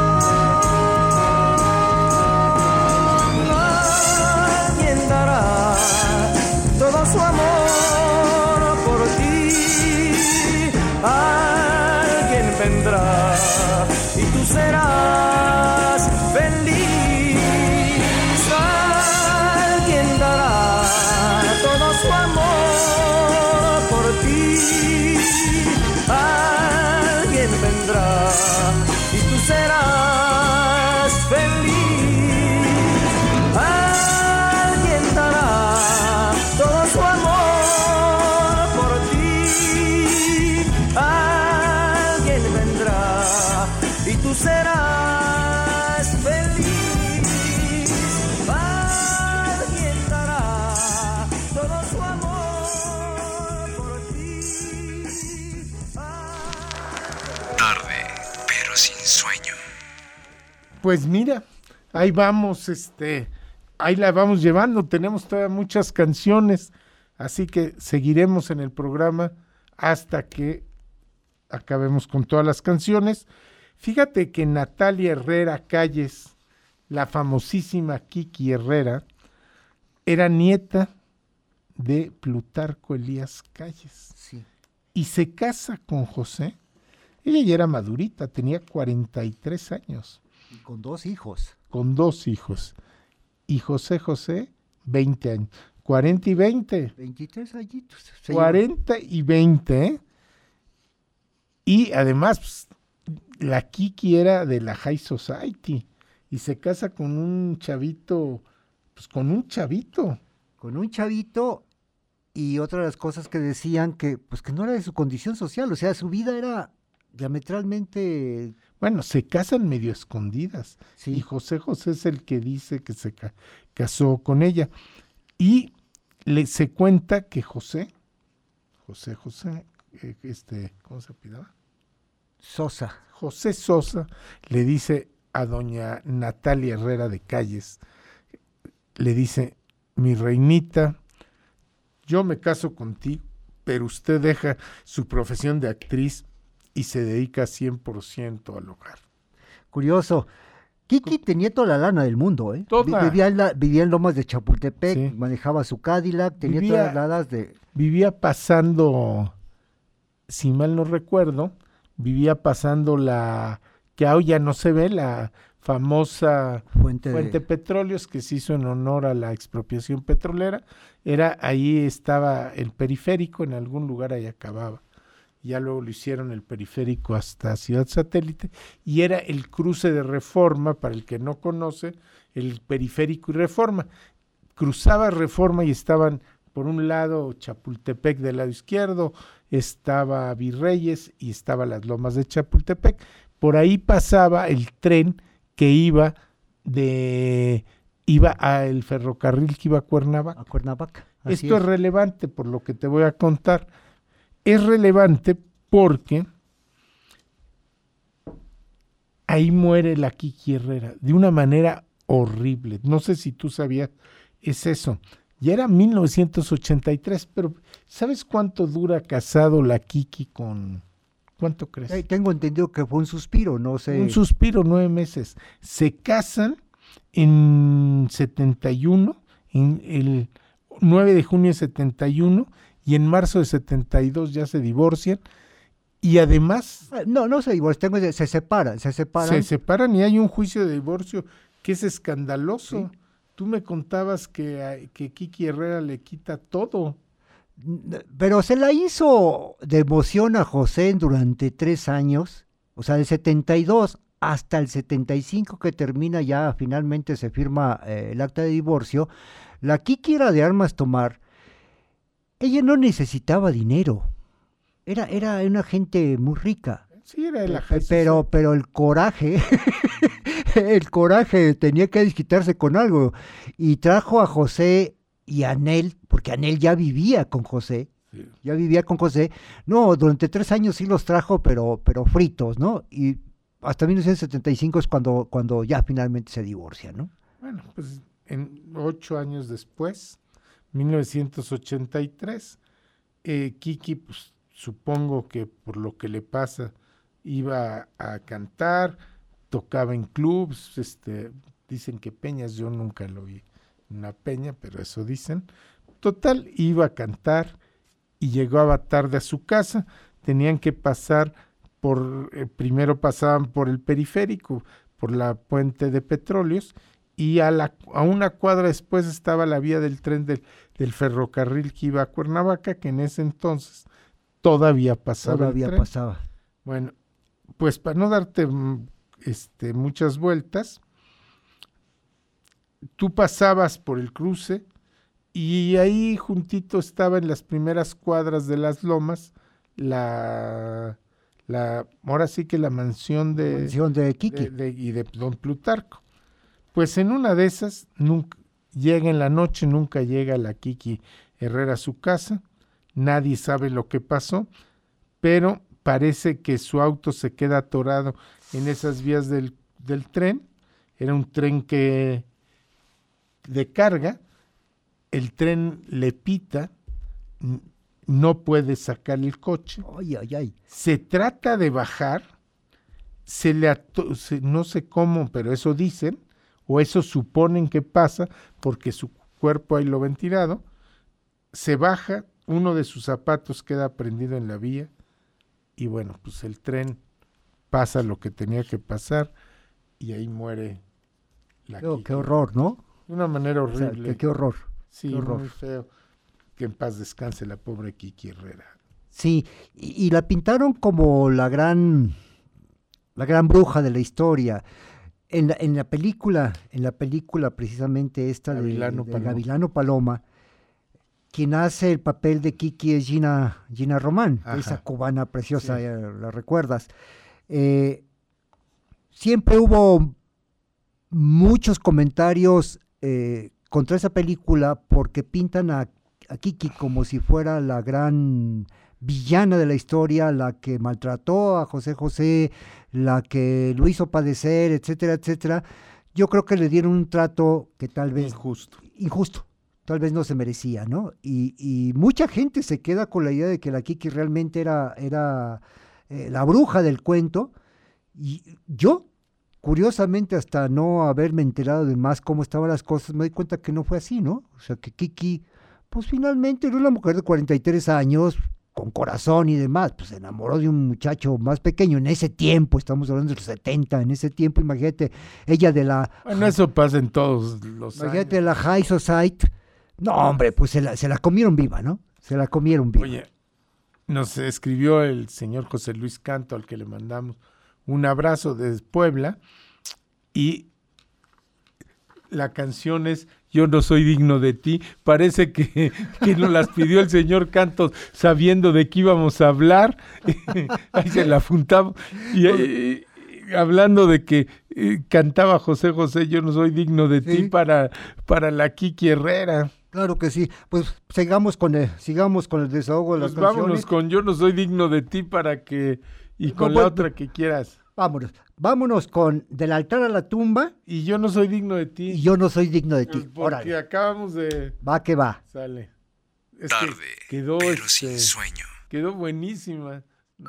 Alguien dará todo su amor por ti. Alguien vendrá y tú serás feliz. Alguien dará todo su amor por ti. Alguien vendrá y tú serás feliz. Alguien dará todo su amor por ti. Alguien vendrá y tú serás feliz. Alguien dará todo su amor por ti. Tarde, pero sin sueño. Pues mira, ahí vamos, ahí la vamos llevando, tenemos todavía muchas canciones, así que seguiremos en el programa hasta que acabemos con todas las canciones. Fíjate que Natalia Herrera Calles, la famosísima Kiki Herrera, era nieta de Plutarco Elías Calles. Sí. Y se casa con José. Ella ya era madurita, tenía 43 años. Con 2 hijos. Con 2 hijos. Y José, 20 años. 40 y 20. 23 añitos. 40 y 20, ¿eh? Y además, pues, la Kiki era de la High Society y se casa con un chavito, pues con un chavito. Con un chavito, y otra de las cosas que decían que pues que no era de su condición social, o sea, su vida era diametralmente... Bueno, se casan medio escondidas. Sí. Y José es el que dice que se casó con ella. Y se cuenta que José, ¿cómo se apellidaba? Sosa. José Sosa le dice a doña Natalia Herrera de Calles, le dice: mi reinita, yo me caso contigo, pero usted deja su profesión de actriz y se dedica 100% al hogar. Curioso. Kiki tenía toda la lana del mundo, ¿eh? Toda. Vivía en Lomas de Chapultepec, Sí. Manejaba su Cadillac, tenía todas las lanas de... Vivía pasando, si mal no recuerdo, que hoy ya no se ve, la famosa Fuente Petróleos, que se hizo en honor a la expropiación petrolera. Ahí estaba el periférico, en algún lugar ahí acababa. Ya luego lo hicieron el periférico hasta Ciudad Satélite, y era el cruce de Reforma, para el que no conoce, el periférico y Reforma. Cruzaba Reforma y estaban, por un lado, Chapultepec del lado izquierdo, estaba Virreyes y estaba las Lomas de Chapultepec. Por ahí pasaba el tren que iba al ferrocarril que iba a Cuernavaca. A Cuernavaca. Esto es relevante por lo que te voy a contar. Es relevante porque ahí muere la Kiki Herrera de una manera horrible. No sé si tú sabías, es eso. Ya era 1983, pero ¿sabes cuánto dura casado la Kiki con... ¿Cuánto crees? Tengo entendido que fue un suspiro, no sé. Un suspiro, 9 meses. Se casan en 71, en el 9 de junio de 71, y en marzo de 72 ya se divorcian. Y además... No se divorcian, se separan. Se separan y hay un juicio de divorcio que es escandaloso. Sí. Tú me contabas que Kiki Herrera le quita todo. Pero se la hizo de emoción a José durante 3 años, o sea, del 72 hasta el 75, que termina ya, finalmente se firma el acta de divorcio. La Kiki era de armas tomar. Ella no necesitaba dinero. Era una gente muy rica. Sí, era de la pero el coraje, tenía que desquitarse con algo. Y trajo a José y a Anel, porque Anel ya vivía con José. Sí. No, durante 3 años sí los trajo, pero fritos, ¿no? Y hasta 1975 es cuando ya finalmente se divorcian, ¿no? Bueno, pues 8 años después, 1983, Kiki, pues supongo que por lo que le pasa, iba a cantar, tocaba en clubs, dicen que peñas, yo nunca lo vi en una peña, pero eso dicen. Total, iba a cantar y llegaba tarde a su casa. Tenían que pasar primero pasaban por el periférico, por la Fuente de Petróleos, y a una cuadra después estaba la vía del tren del ferrocarril que iba a Cuernavaca, que en ese entonces todavía pasaba el tren. Bueno, pues para no darte muchas vueltas, tú pasabas por el cruce y ahí juntito estaba, en las primeras cuadras de las Lomas, ahora sí que la mansión de Kiki y de don Plutarco. Pues en una de esas, llega en la noche, nunca llega la Kiki Herrera a su casa, nadie sabe lo que pasó, pero parece que su auto se queda atorado en esas vías del tren. Era un tren de carga, el tren le pita, no puede sacar el coche. Ay. Se trata de bajar, no sé cómo, pero eso dicen, o eso suponen que pasa, porque su cuerpo ahí lo ven tirado. Se baja, uno de sus zapatos queda prendido en la vía, y bueno, pues el tren pasa lo que tenía que pasar, y ahí muere la Kiki. Qué horror, ¿no? De una manera horrible. O sea, qué horror. Sí, qué horror. muy feo. Que en paz descanse la pobre Kiki Herrera. Sí, y la pintaron como la gran bruja de la historia. En la película precisamente esta de Gavilano Paloma, quien hace el papel de Kiki es Gina Román, esa cubana preciosa, sí. La recuerdas. Siempre hubo muchos comentarios contra esa película porque pintan a Kiki como si fuera la gran villana de la historia, la que maltrató a José José, la que lo hizo padecer, etcétera, etcétera. Yo creo que le dieron un trato que tal vez injusto, tal vez no se merecía, ¿no? Y mucha gente se queda con la idea de que la Kiki realmente era la bruja del cuento, y yo, curiosamente, hasta no haberme enterado de más cómo estaban las cosas, me doy cuenta que no fue así, ¿no? O sea, que Kiki, pues finalmente era una mujer de 43 años, con corazón y demás, pues se enamoró de un muchacho más pequeño en ese tiempo, estamos hablando de los 70, en ese tiempo, imagínate, ella de la... Bueno, eso pasa en todos los imagínate años. La High Society, no hombre, pues se la comieron viva, ¿no? Se la comieron viva. Oye, nos escribió el señor José Luis Canto, al que le mandamos un abrazo desde Puebla, y la canción es Yo no soy digno de ti. Parece que nos las pidió el señor Cantos sabiendo de qué íbamos a hablar. Ahí se la apuntamos. Y hablando de que cantaba José José, Yo no soy digno de ti para la Kiki Herrera. Claro que sí. Pues sigamos con el desahogo de las canciones. Vámonos con Yo no soy digno de ti para que... Y con la otra que quieras. Vámonos con Del altar a la tumba. Y Yo no soy digno de ti. Y Yo no soy digno de ti. Porque Órale. acabamos de... Va que va. Sale. Es Tarde, que quedó, pero sin sueño. Quedó buenísima, ¿no?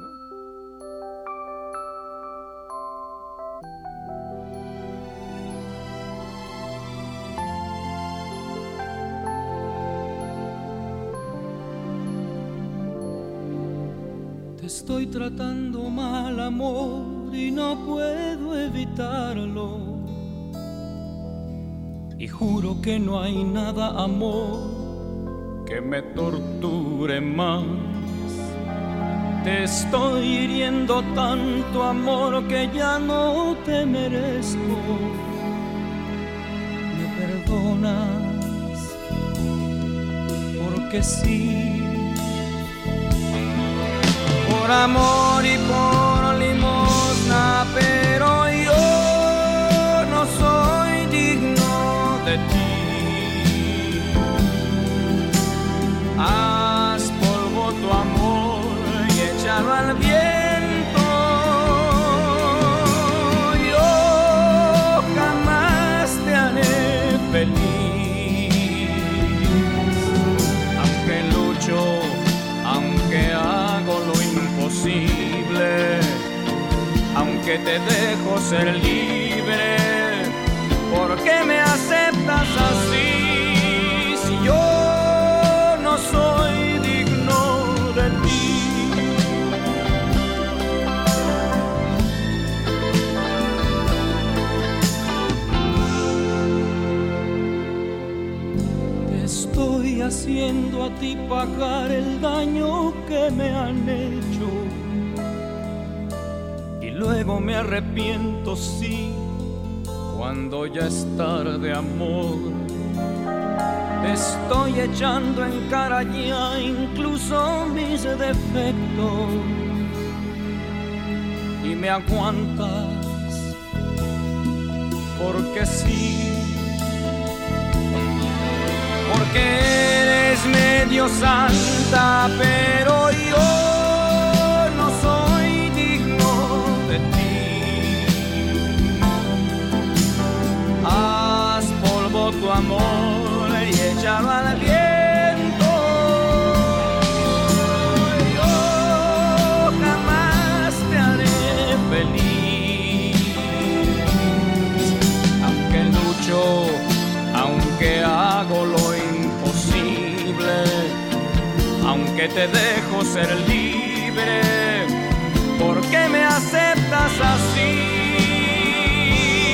Te estoy tratando mal, amor, y no puedo evitarlo. Y juro que no hay nada, amor, que me torture más. Te estoy hiriendo tanto, amor, que ya no te merezco. ¿Me perdonas? Porque sí. Por amor y por limosna, pero yo no soy digno de ti. Haz polvo tu amor y échalo al viento. Yo jamás te haré feliz, aunque lucho, aunque hago lo imposible, aunque te dejo ser libre. ¿Por qué me aceptas así si yo no soy digno de ti? Te estoy haciendo a ti pagar el daño que me han hecho, y luego me arrepiento, sí, cuando ya es tarde, amor. Te estoy echando en cara ya incluso mis defectos, y me aguantas porque sí. Porque eres medio santa, pero yo no soy digno de ti. Haz polvo tu amor y échalo al viento. Yo jamás te haré feliz, aunque lucho, aunque hago lo imposible, aunque te dejo ser libre. ¿Por qué me aceptas así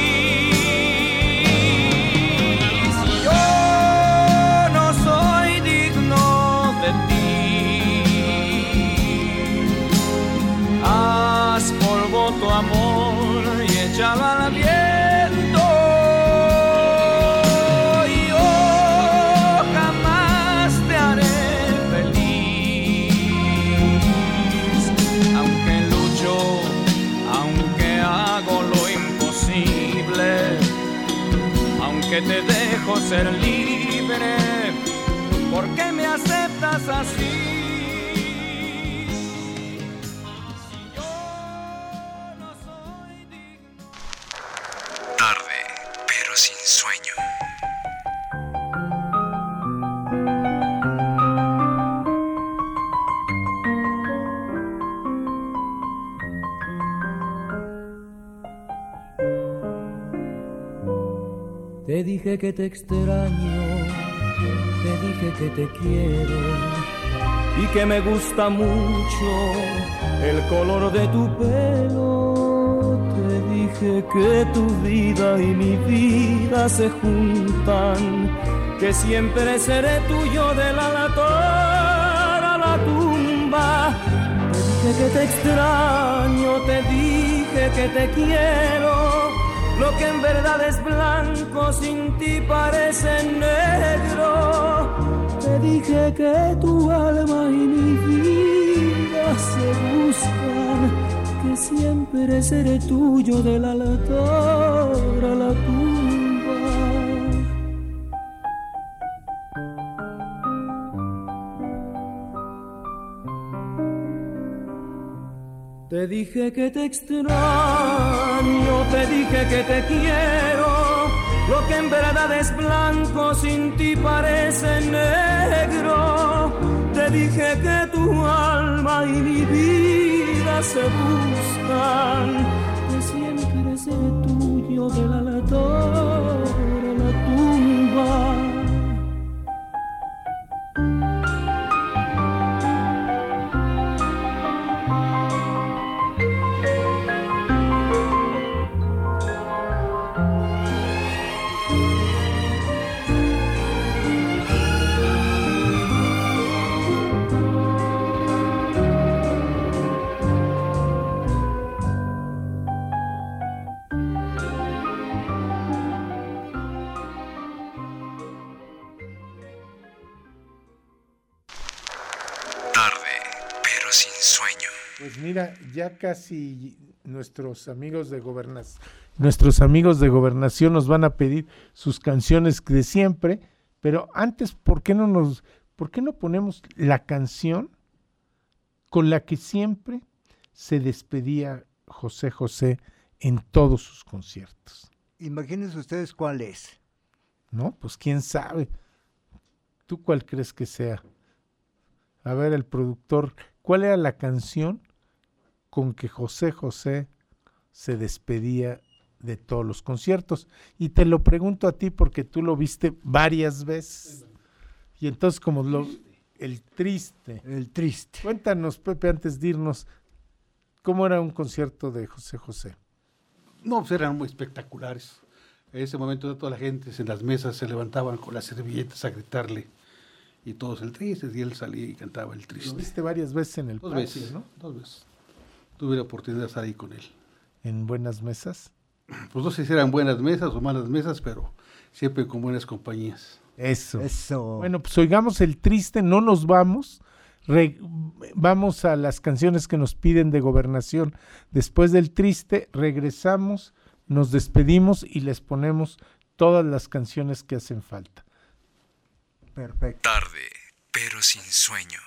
que te dejo ser libre. ¿Por qué me aceptas así? Tarde, pero sin sueño. Te dije que te extraño, te dije que te quiero y que me gusta mucho el color de tu pelo. Te dije que tu vida y mi vida se juntan, que siempre seré tuyo del altar a la tumba. Te dije que te extraño, te dije que te quiero. Lo que en verdad es blanco sin ti parece negro. Te dije que tu alma y mi vida se buscan, que siempre seré tuyo del altar a la tumba. Te dije que te extraño, te dije que te quiero. Lo que en verdad es blanco sin ti parece negro. Te dije que tu alma y mi vida se buscan, que siempre seré tuyo del altar a la tumba. Pues mira, ya casi nuestros amigos de gobernación nos van a pedir sus canciones de siempre, pero antes, ¿por qué no ponemos la canción con la que siempre se despedía José José en todos sus conciertos? Imagínense ustedes cuál es. No, pues quién sabe. ¿Tú cuál crees que sea? A ver, el productor, ¿cuál era la canción con que José José se despedía de todos los conciertos? Y te lo pregunto a ti porque tú lo viste varias veces. Y entonces el triste. Cuéntanos, Pepe, antes de irnos, ¿cómo era un concierto de José José? No, pues eran muy espectaculares. En ese momento toda la gente en las mesas se levantaban con las servilletas a gritarle. Y todos el triste, y él salía y cantaba el triste. Lo viste varias veces en el patio, veces, ¿no? 2 veces. Tuve la oportunidad de estar ahí con él. ¿En buenas mesas? Pues no sé si eran buenas mesas o malas mesas, pero siempre con buenas compañías. Eso. Bueno, pues oigamos el triste, no nos vamos. Vamos a las canciones que nos piden de gobernación. Después del triste, regresamos, nos despedimos y les ponemos todas las canciones que hacen falta. Perfecto. Tarde, pero sin sueño.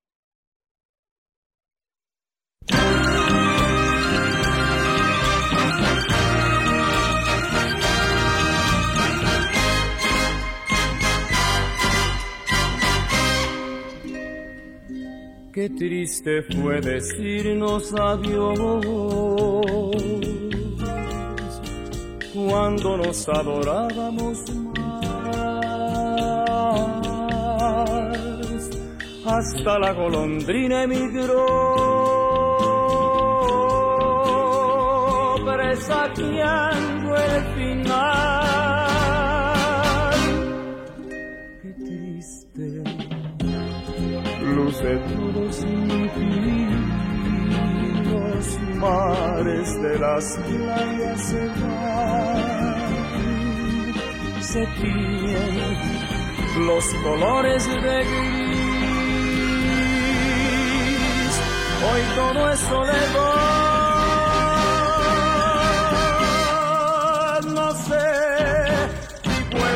Qué triste fue decirnos adiós cuando nos adorábamos más. Hasta la golondrina emigró, presagiando el final. Qué triste luce todo sin ti, los mares de las playas se van, se tiñen los colores de gris, hoy todo es soledad, no sé si puedo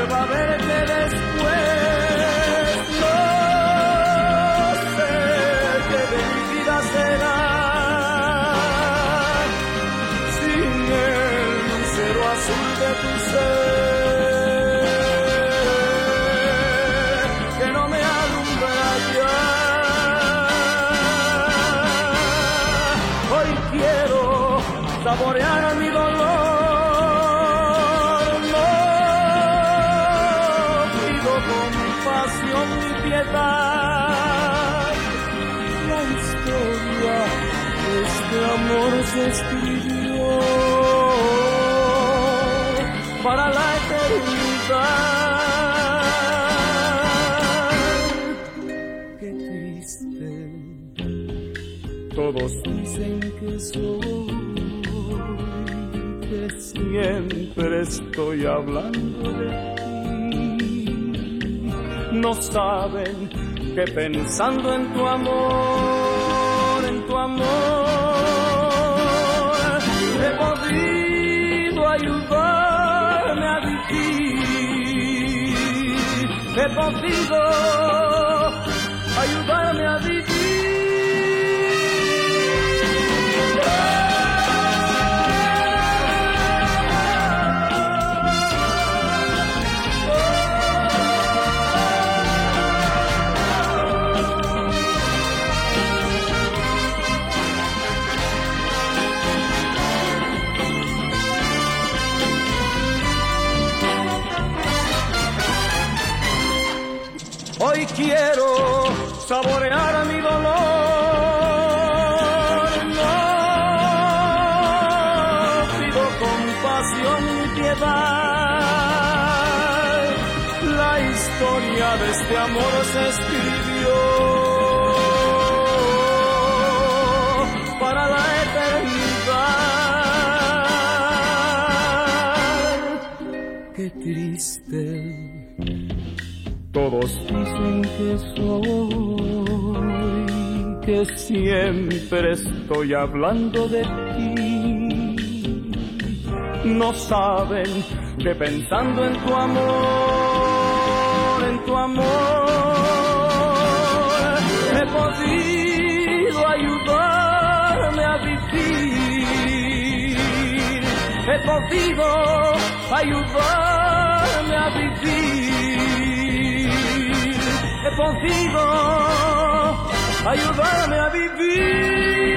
saborear mi dolor. No pido compasión ni piedad. La historia de este amor se escribió para la eternidad. Qué triste. Todos dicen que soy, que siempre estoy hablando de ti. No saben que pensando en tu amor, he podido ayudarme a vivir. He podido ayudarme a vivir. Hoy quiero saborear mi dolor. No pido compasión ni piedad. La historia de este amor se escribió para la eternidad. Qué triste. Todos dicen que soy, que siempre estoy hablando de ti. No saben que pensando en tu amor, he podido ayudarme a vivir. He podido ayudarme a vivir. He podido ayudarme a vivir.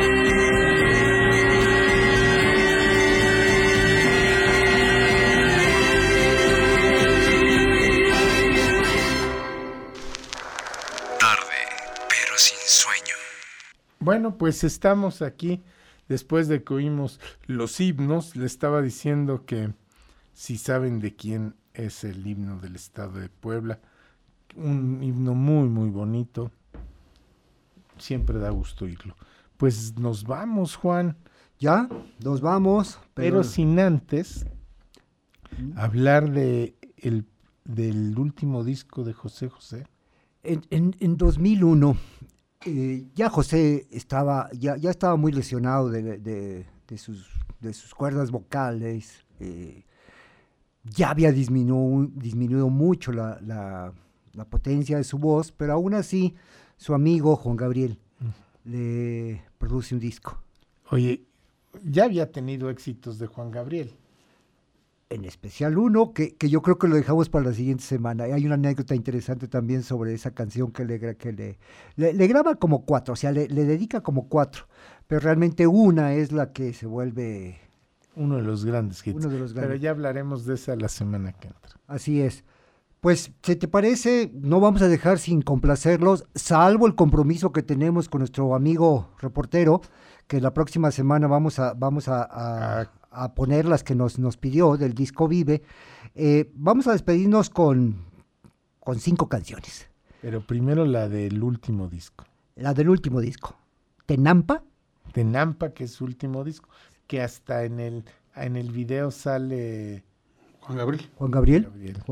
Tarde, pero sin sueño. Bueno, pues estamos aquí después de que oímos los himnos. Le estaba diciendo que si saben de quién es el himno del estado de Puebla. Un himno muy, muy bonito. Siempre da gusto oírlo. Pues nos vamos, Juan. Ya, nos vamos. Pero sin antes hablar del último disco de José José. En 2001, ya José estaba muy lesionado de sus cuerdas vocales. Ya había disminuido mucho la potencia de su voz, pero aún así su amigo Juan Gabriel le produce un disco. Oye, ya había tenido éxitos de Juan Gabriel. En especial uno que yo creo que lo dejamos para la siguiente semana. Hay una anécdota interesante también sobre esa canción que le graba como 4, o sea, le dedica como 4, pero realmente una es la que se vuelve uno de los grandes hits. Pero ya hablaremos de esa la semana que entra. Así es. Pues, si te parece, no vamos a dejar sin complacerlos, salvo el compromiso que tenemos con nuestro amigo reportero, que la próxima semana vamos a poner las que nos pidió del disco Vive. Vamos a despedirnos con 5 canciones. Pero primero la del último disco. La del último disco. Tenampa. Tenampa, que es su último disco, que hasta en el video sale Juan Gabriel.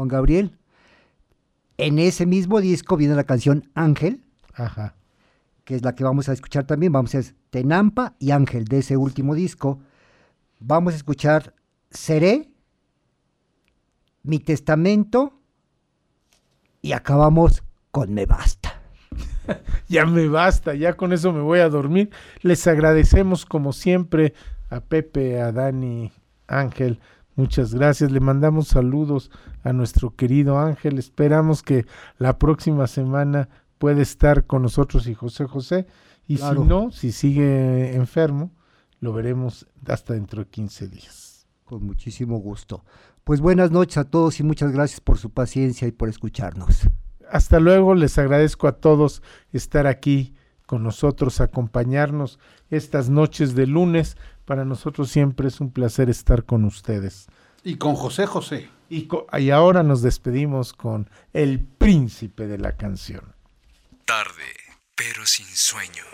En ese mismo disco viene la canción Ángel, ajá, que es la que vamos a escuchar también. Vamos a hacer Tenampa y Ángel de ese último disco. Vamos a escuchar Seré, Mi Testamento y acabamos con Me Basta. Ya me basta, ya con eso me voy a dormir. Les agradecemos como siempre a Pepe, a Dani, Ángel. Muchas gracias, le mandamos saludos a nuestro querido Ángel, esperamos que la próxima semana pueda estar con nosotros y José José, y claro, si no, si sigue enfermo, lo veremos hasta dentro de 15 días. Con muchísimo gusto. Pues buenas noches a todos y muchas gracias por su paciencia y por escucharnos. Hasta luego, les agradezco a todos estar aquí con nosotros, acompañarnos estas noches de lunes. Para nosotros siempre es un placer estar con ustedes. Y con José José. Y ahora nos despedimos con el príncipe de la canción. Tarde, pero sin sueño.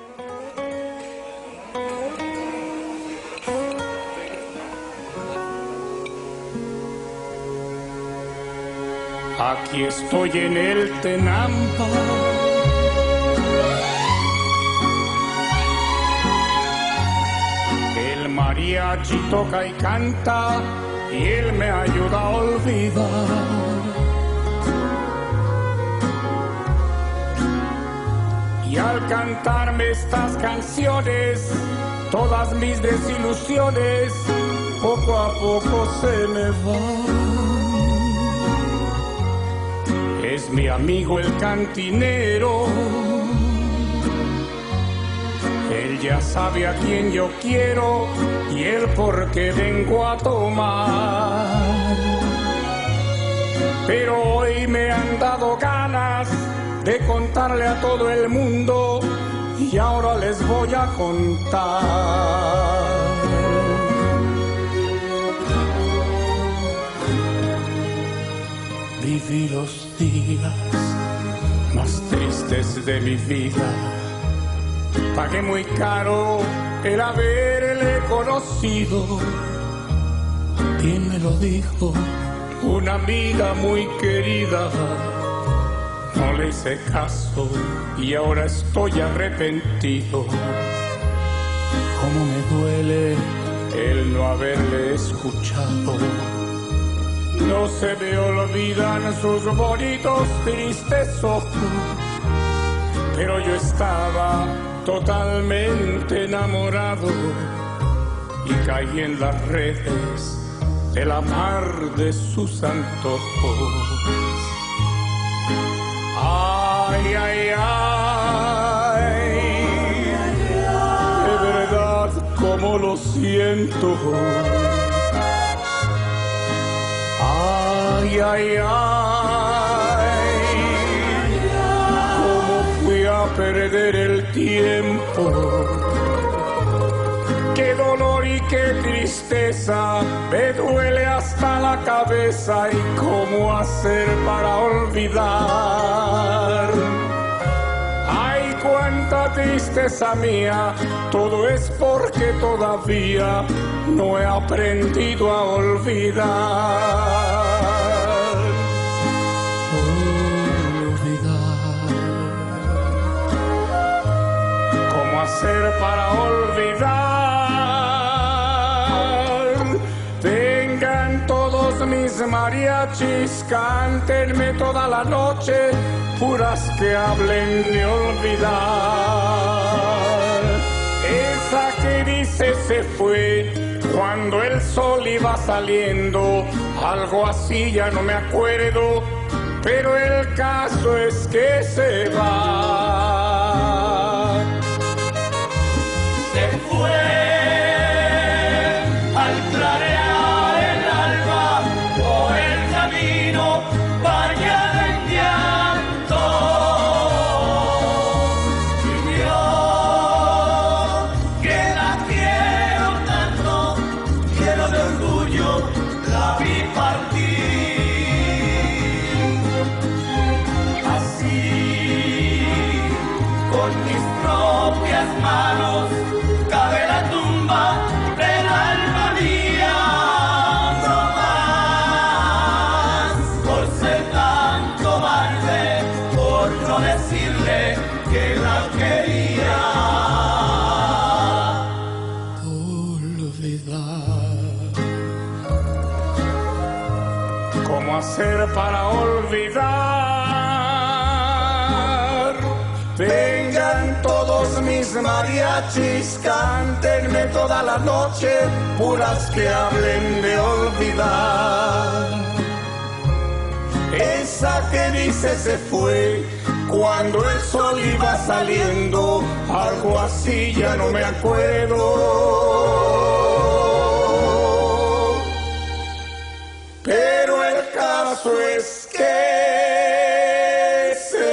Aquí estoy en el Tenampa, el mariachi toca y canta y él me ayuda a olvidar. Y al cantarme estas canciones, todas mis desilusiones poco a poco se me van. Es mi amigo el cantinero, él ya sabe a quién yo quiero y el por qué vengo a tomar. Pero hoy me han dado ganas de contarle a todo el mundo y ahora les voy a contar. Viví los días más tristes de mi vida. Pagué muy caro el haberle conocido. Bien me lo dijo una amiga muy querida. No le hice caso y ahora estoy arrepentido. Cómo me duele el no haberle escuchado. No se me olvidan sus bonitos tristes ojos, pero yo estaba totalmente enamorado y caí en las redes de la mar de sus antojos. Ay, ay, ay, de verdad como lo siento. Ay, ay, ay, cómo fui a perder el tiempo. Qué dolor y qué tristeza, me duele hasta la cabeza. ¿Y cómo hacer para olvidar? Ay, cuánta tristeza mía, todo es porque todavía no he aprendido a olvidar. ¿Cómo hacer para olvidar? Vengan todos mis mariachis, cántenme toda la noche, puras que hablen de olvidar. Esa que dice se fue cuando el sol iba saliendo, algo así ya no me acuerdo, pero el caso es que se va. Se fue al clarear el alba por el camino bañado en llanto. Y vio que la quiero tanto, lleno de orgullo la vi partir. Así, con mis propias manos, cabe la tumba del alma mía. No más, por ser tan cobarde, por no decirle que la quería. Olvidar. ¿Cómo hacer para olvidar? Vengan todos mis mariachis, cántenme toda la noche, puras que hablen de olvidar. Esa que dice se fue cuando el sol iba saliendo, algo así ya no me acuerdo. Pero el caso es que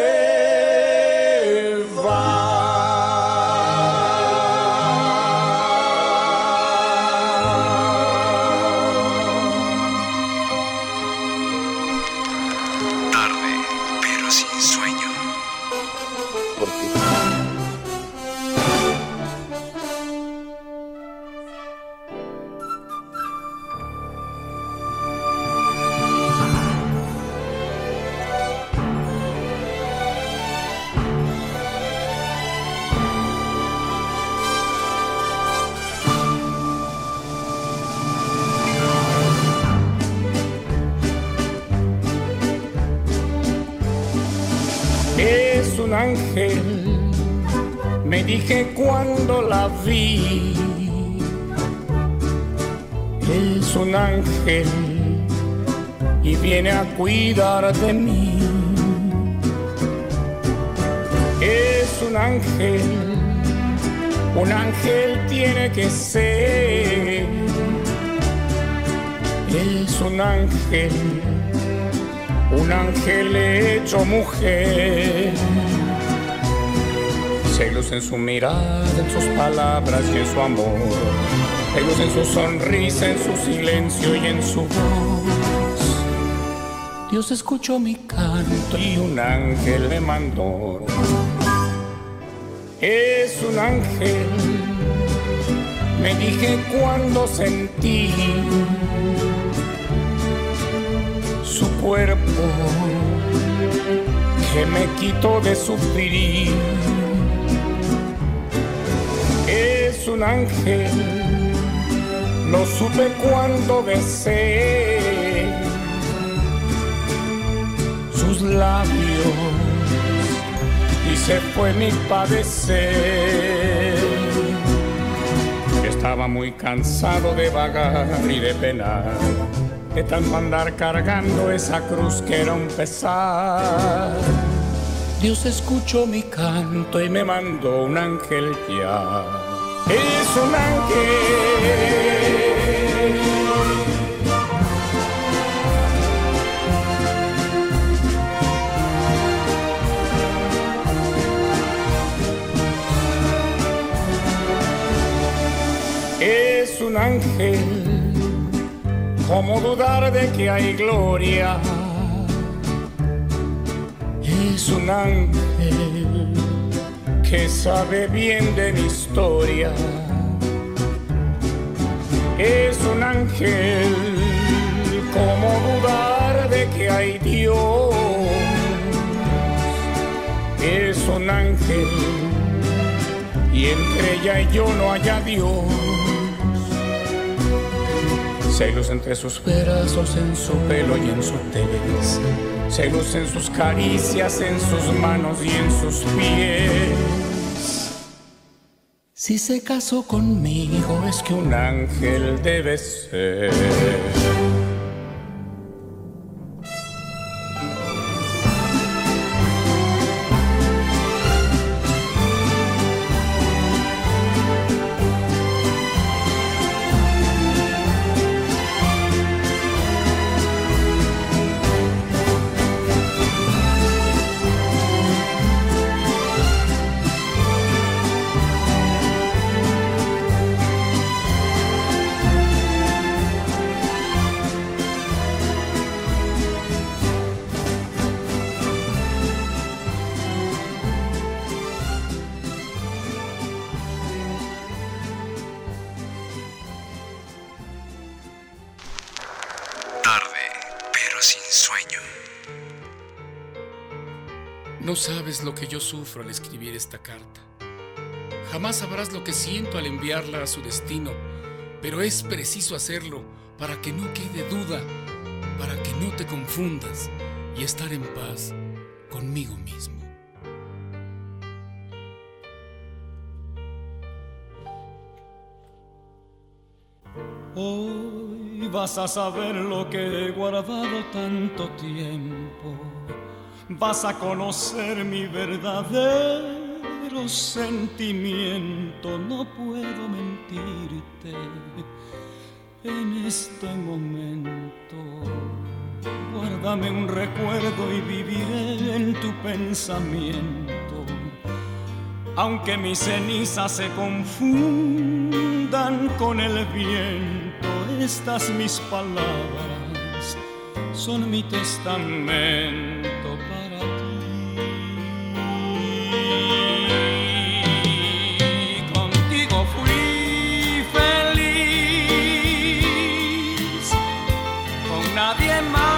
se va. Tarde, pero sin sueño. Es un ángel, me dije cuando la vi. Es un ángel y viene a cuidar de mí. Es un ángel tiene que ser. Es un ángel hecho mujer. Se hay luz en su mirada, en sus palabras y en su amor. Hay luz en su sonrisa, en su silencio y en su voz. Dios escuchó mi canto y un ángel me mandó. Es un ángel, me dije cuando sentí su cuerpo que me quitó de sufrir. Es un ángel, lo supe cuando besé sus labios y se fue mi padecer. Estaba muy cansado de vagar y de penar, de tanto andar cargando esa cruz que era un pesar. Dios escuchó mi canto y me mandó un ángel ya. Es un ángel. Es un ángel. ¿Cómo dudar de que hay gloria? Es un ángel que sabe bien de mi historia. Es un ángel, ¿cómo dudar de que hay Dios? Es un ángel y entre ella y yo no haya Dios. Se hay luz entre sus brazos, en su pelo y en su tez. Se hay luz en sus caricias, en sus manos y en sus pies. Si se casó conmigo es que un ángel debe ser. No sabes lo que yo sufro al escribir esta carta. Jamás sabrás lo que siento al enviarla a su destino, pero es preciso hacerlo para que no quede duda, para que no te confundas y estar en paz conmigo mismo. Hoy vas a saber lo que he guardado tanto tiempo. vas a conocer mi verdadero sentimiento. No puedo mentirte en este momento. Guárdame un recuerdo y viviré en tu pensamiento. Aunque mis cenizas se confundan con el viento, estas mis palabras son mi testamento para ti. Contigo fui feliz, con nadie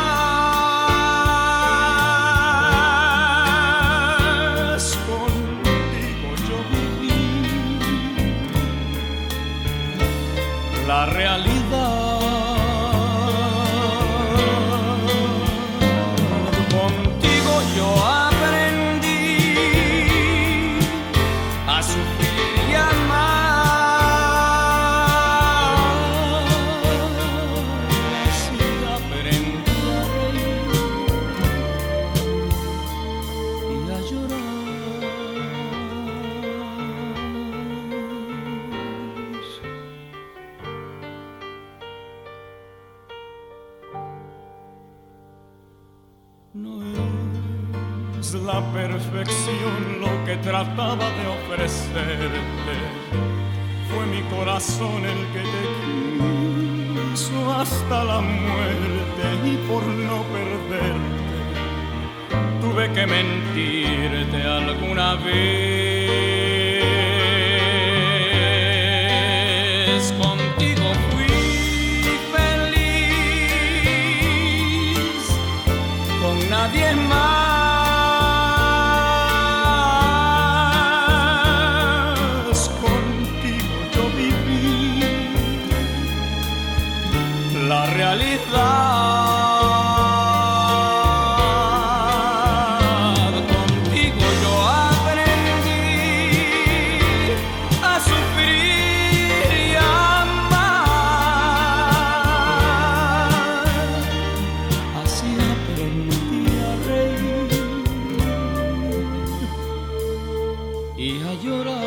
más. Contigo yo viví la realidad. La perfección lo que trataba de ofrecerte, fue mi corazón el que te quiso hasta la muerte, y por no perderte tuve que mentirte alguna vez. Contigo fui feliz, con nadie más. La realidad, contigo yo aprendí a sufrir y a amar. Así aprendí a reír y a llorar.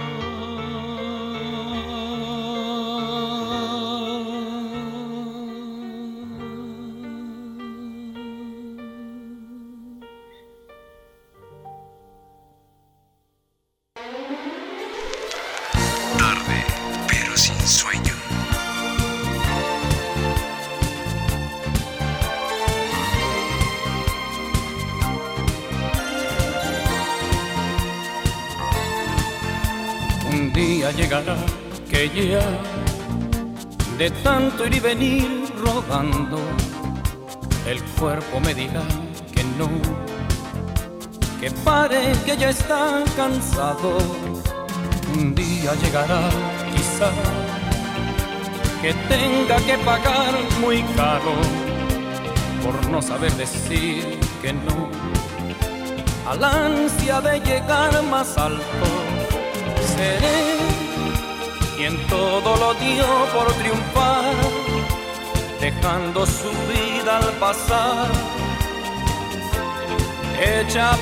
Llegará que ya de tanto ir y venir rodando, el cuerpo me dirá que no, que pare, que ya está cansado. Un día llegará quizá que tenga que pagar muy caro por no saber decir que no al ansia de llegar más alto. Seré quien todo lo dio por triunfar, dejando su vida al pasar, hecha a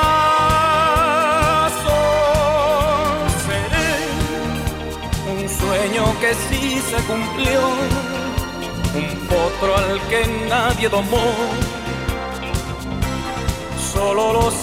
pedazos. Seré un sueño que sí se cumplió, un potro al que nadie domó. Solo los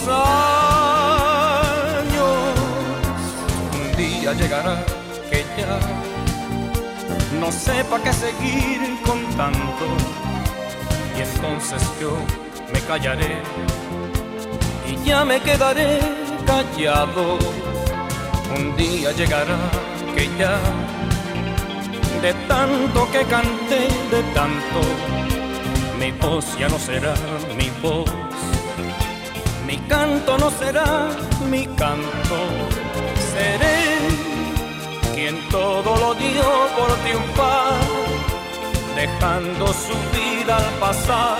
años un día llegará que ya no sepa qué seguir con tanto, y entonces yo me callaré y ya me quedaré callado. Un día llegará que ya de tanto que canté, de tanto, mi voz ya no será mi voz, mi canto no será mi canto. Seré quien todo lo dio por triunfar, dejando su vida al pasar,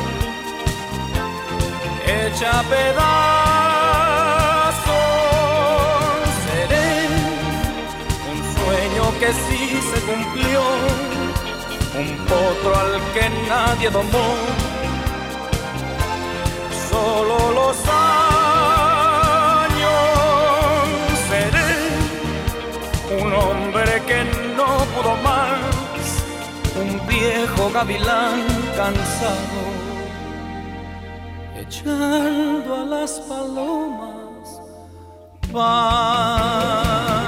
hecha a pedazos. Seré un sueño que sí se cumplió, un potro al que nadie domó. Solo los años seré un hombre que no pudo más, un viejo gavilán cansado, echando a las palomas pan.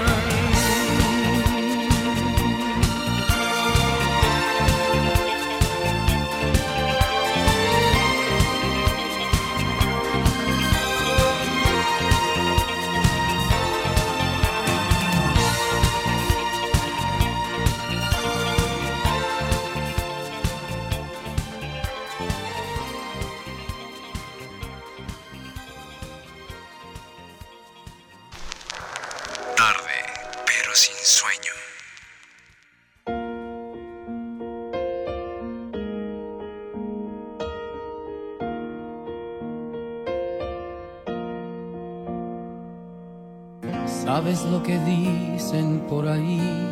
¿Sabes lo que dicen por ahí?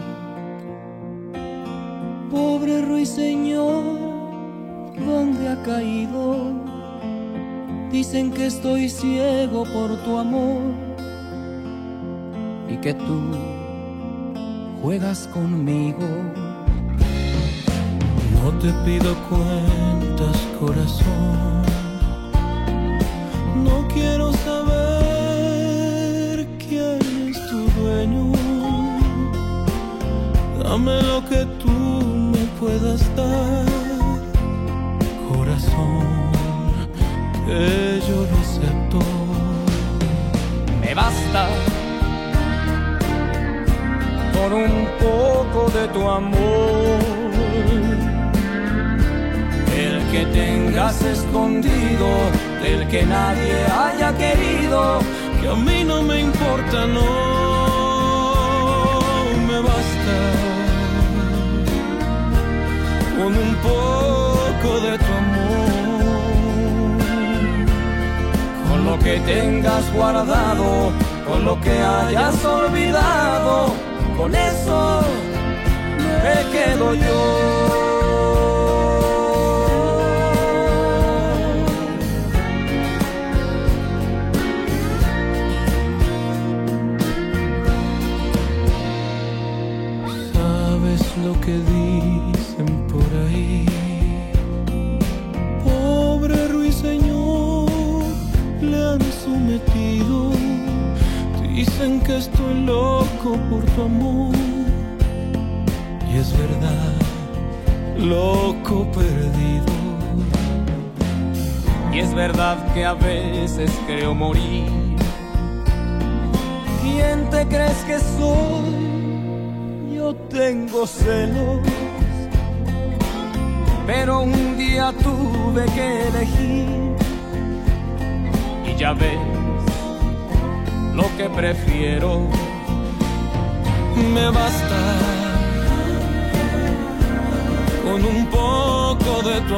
Pobre ruiseñor, ¿dónde ha caído? Dicen que estoy ciego por tu amor y que tú juegas conmigo. No te pido cuentas, corazón. No quiero saber quién es tu dueño. Dame lo que tú me puedas dar, corazón, que yo lo acepto. Me basta con un poco de tu amor, el que tengas escondido, del que nadie haya querido, que a mí no me importa, no me basta con un poco de tu amor, con lo que tengas guardado, con lo que hayas olvidado, con eso me quedo yo. Lo que dicen por ahí, pobre ruiseñor, le han sometido. Dicen que estoy loco por tu amor, y es verdad, loco perdido. Y es verdad que a veces creo morir. ¿Quién te crees que soy? Yo tengo celos, pero un día tuve que elegir, y ya ves lo que prefiero. Me basta con un poco de tu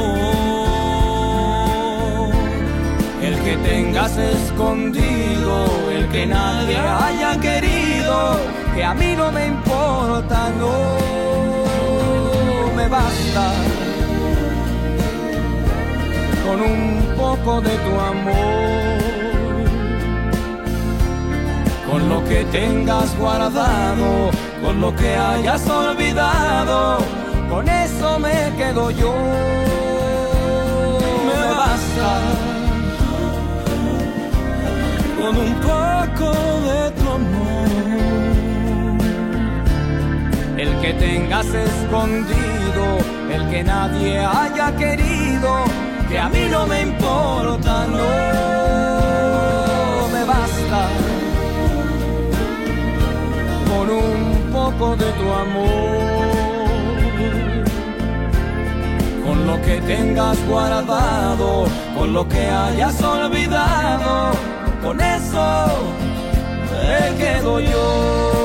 amor, el que tengas escondido, el que nadie haya querido, que a mí no me importa, no me basta con un poco de tu amor, con lo que tengas guardado, con lo que hayas olvidado, con eso me quedo yo. Me basta con un poco de tu amor, el que tengas escondido, el que nadie haya querido, que a mí no me importa, no me basta con un poco de tu amor, con lo que tengas guardado, con lo que hayas olvidado, con eso me quedo yo.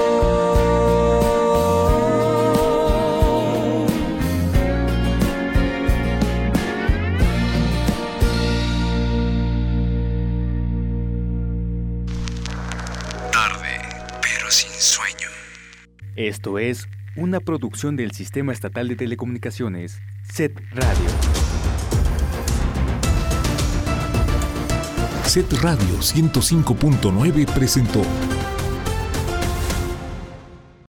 Esto es una producción del Sistema Estatal de Telecomunicaciones, SET Radio. Set Radio 105.9 presentó